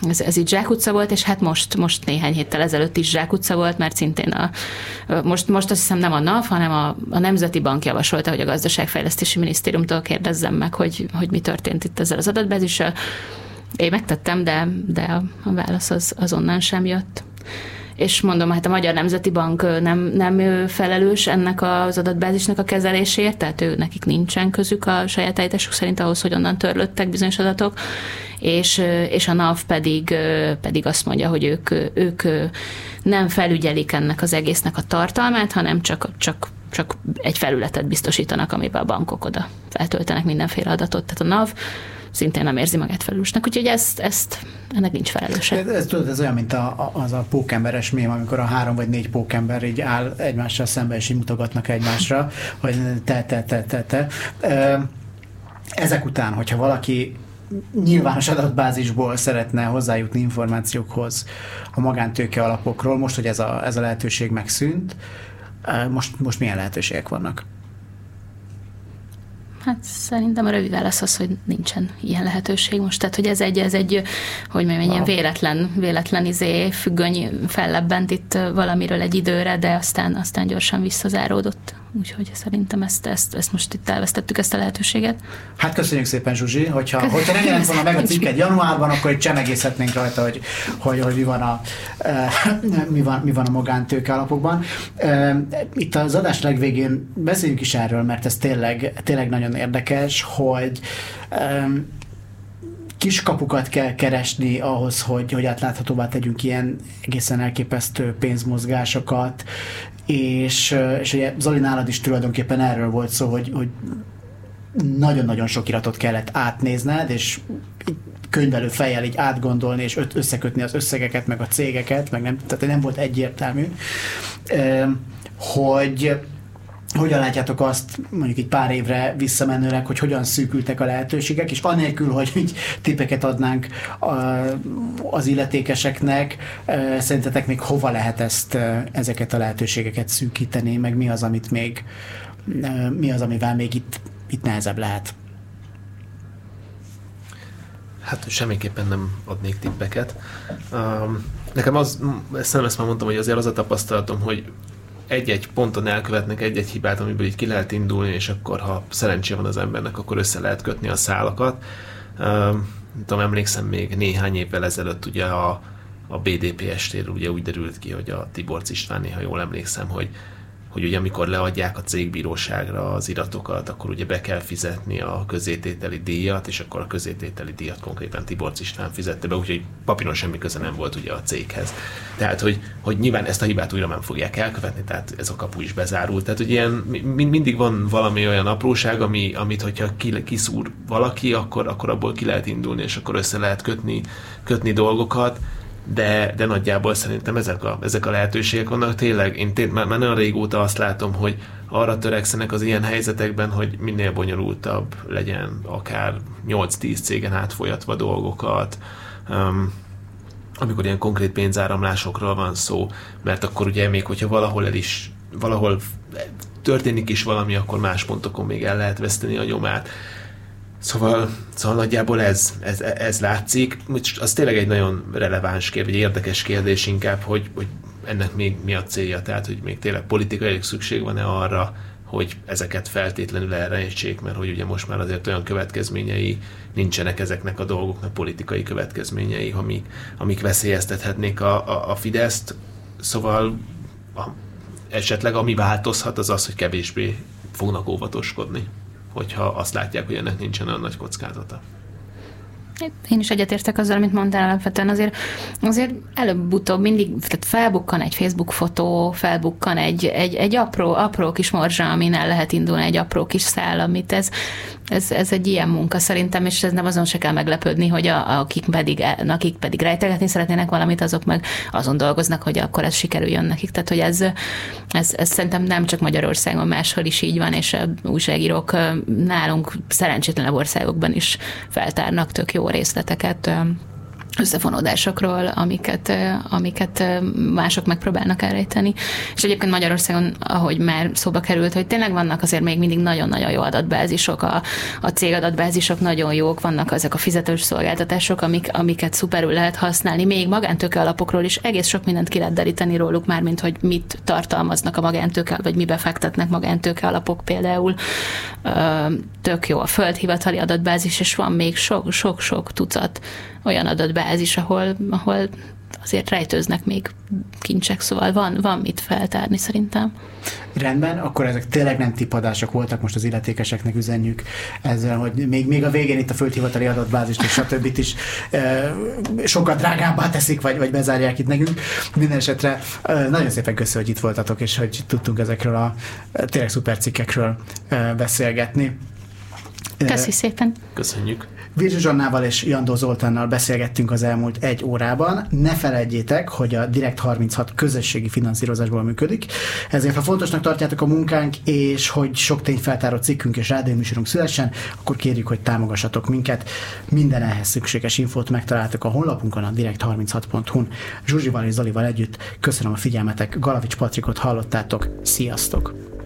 ez így zsákutca volt, és hát most néhány héttel ezelőtt is zsákutca volt, mert szintén most azt hiszem nem a NAV, hanem a Nemzeti Bank javasolta, hogy a Gazdaságfejlesztési Minisztériumtól kérdezzem meg, hogy mi történt itt ezzel az adatbázissal. Én megtettem, de a válasz az onnan sem jött. És mondom, hát a Magyar Nemzeti Bank nem felelős ennek az adatbázisnak a kezelésért, tehát nekik nincsen közük a saját állításuk szerint ahhoz, hogy onnan törlődtek bizonyos adatok, és a NAV pedig azt mondja, hogy ők nem felügyelik ennek az egésznek a tartalmát, hanem csak egy felületet biztosítanak, amiben a bankok oda feltöltenek mindenféle adatot. Tehát a NAV szintén nem érzi magát felelősnek, úgyhogy ennek nincs felelőse. Ez olyan, mint az a pókemberes mém, amikor a 3 vagy 4 pókember így áll egymással szemben, és így mutogatnak egymásra, hogy te. Ezek után, hogyha valaki nyilvános adatbázisból szeretne hozzájutni információkhoz a magántőke alapokról, most, hogy ez a lehetőség megszűnt, most milyen lehetőségek vannak? Hát szerintem a rövid válasz az, hogy nincsen ilyen lehetőség most. Tehát, hogy ez egy hogy mondjam, ilyen véletlen függöny fellebbent itt valamiről egy időre, de aztán gyorsan visszazáródott. Úgyhogy szerintem ezt most itt elvesztettük, ezt a lehetőséget. Hát köszönjük szépen, Zsuzsi, hogyha nem jelent volna meg a cikket januárban, akkor itt csemegészhetnénk rajta, hogy mi van a magántőke alapokban. Itt az adás legvégén beszéljünk is erről, mert ez tényleg nagyon érdekes, hogy kiskapukat kell keresni ahhoz, hogy átláthatóvá tegyünk ilyen egészen elképesztő pénzmozgásokat, és ugye Zoli, nálad is tulajdonképpen erről volt szó, hogy nagyon-nagyon sok iratot kellett átnézned, és könyvelő fejjel így átgondolni, és összekötni az összegeket, meg a cégeket, tehát nem volt egyértelmű, hogy hogyan látjátok azt mondjuk így pár évre visszamenőleg, hogy hogyan szűkültek a lehetőségek, és anélkül, hogy így tippeket adnánk az illetékeseknek, szerintetek még hova lehet ezeket a lehetőségeket szűkíteni, meg mi az, amivel még itt nehezebb lehet? Hát semmiképpen nem adnék tippeket. Nekem ezt már mondtam, hogy azért az a tapasztalatom, hogy egy-egy ponton elkövetnek egy-egy hibát, amiből így ki lehet indulni, és akkor, ha szerencse van az embernek, akkor össze lehet kötni a szálakat. Emlékszem, még néhány évvel ezelőtt ugye a BDP-estéről ugye úgy derült ki, hogy a Tiborcs István, ha jól emlékszem, hogy ugye amikor leadják a cégbíróságra az iratokat, akkor ugye be kell fizetni a közétételi díjat, és akkor a közétételi díjat konkrétan Tiborcs István fizette be, úgyhogy papíron semmi köze nem volt ugye a céghez. Tehát, hogy nyilván ezt a hibát újra nem fogják elkövetni, tehát ez a kapu is bezárult. Tehát, hogy ilyen mindig van valami olyan apróság, amit hogyha kiszúr valaki, akkor abból ki lehet indulni, és akkor össze lehet kötni dolgokat. De nagyjából szerintem ezek a lehetőségek vannak. Tényleg, én már nagyon régóta azt látom, hogy arra törekszenek az ilyen helyzetekben, hogy minél bonyolultabb legyen, akár 8-10 cégen átfolyatva dolgokat, amikor ilyen konkrét pénzáramlásokról van szó, mert akkor ugye még, hogyha valahol történik is valami, akkor más pontokon még el lehet veszteni a nyomát. Szóval nagyjából ez látszik. Az tényleg egy nagyon releváns kérdés, vagy érdekes kérdés inkább, hogy ennek még mi a célja, tehát hogy még tényleg politikai szükség van-e arra, hogy ezeket feltétlenül elrejtsék, mert hogy ugye most már azért olyan következményei nincsenek ezeknek a dolgoknak, politikai következményei, amik veszélyeztethetnék a Fideszt. Szóval esetleg ami változhat, az, hogy kevésbé fognak óvatoskodni, hogyha azt látják, hogy ennek nincsen olyan nagy kockázata. Én is egyetértek azzal, amit mondtál alapvetően. Azért előbb-utóbb mindig felbukkan egy Facebook fotó, felbukkan egy apró kis morzsa, amin el lehet indulni, egy apró kis szál, amit ez egy ilyen munka szerintem, és ez nem azon se kell meglepődni, hogy akik pedig rejtegetni szeretnének valamit, azok meg azon dolgoznak, hogy akkor ez sikerüljön nekik. Tehát, hogy ez szerintem nem csak Magyarországon, máshol is így van, és újságírók nálunk szerencsétlenebb országokban is feltárnak tök jó részleteket. összefonódásokról, amiket mások megpróbálnak elrejteni. És egyébként Magyarországon, ahogy már szóba került, hogy tényleg vannak azért még mindig nagyon-nagyon jó adatbázisok, a cégadatbázisok nagyon jók, vannak ezek a fizetős szolgáltatások, amiket szuperül lehet használni, még magántőke alapokról is egész sok mindent ki lehet deríteni róluk, mármint hogy mit tartalmaznak a magántőke, vagy mibe fektetnek magántőke alapok például. Tök jó a földhivatali adatbázis, és van még sok tucat olyan adatbázis, ahol azért rejtőznek még kincsek, szóval van mit feltárni szerintem. Rendben, akkor ezek tényleg nem tippadások voltak, most az illetékeseknek üzenjük ezzel, hogy még a végén itt a földhivatali adatbázist és stb. Is sokkal drágábbá teszik, vagy bezárják itt nekünk. Minden esetre nagyon szépen köszönöm, hogy itt voltatok, és hogy tudtunk ezekről a tényleg szuper cikkekről beszélgetni. Köszi szépen. Köszönjük. Virzsi Zsannával és Jandó Zoltánnal beszélgettünk az elmúlt 1 órában. Ne feledjétek, hogy a Direkt 36 közösségi finanszírozásból működik, ezért ha fontosnak tartjátok a munkánk, és hogy sok tényfeltáró cikkünk és rádióműsorunk szülessen, akkor kérjük, hogy támogassatok minket. Minden ehhez szükséges infót megtaláltok a honlapunkon, a direkt36.hu-n. Zsuzsival és Zolival együtt köszönöm a figyelmetek, Galavics Patrikot hallottátok, sziasztok!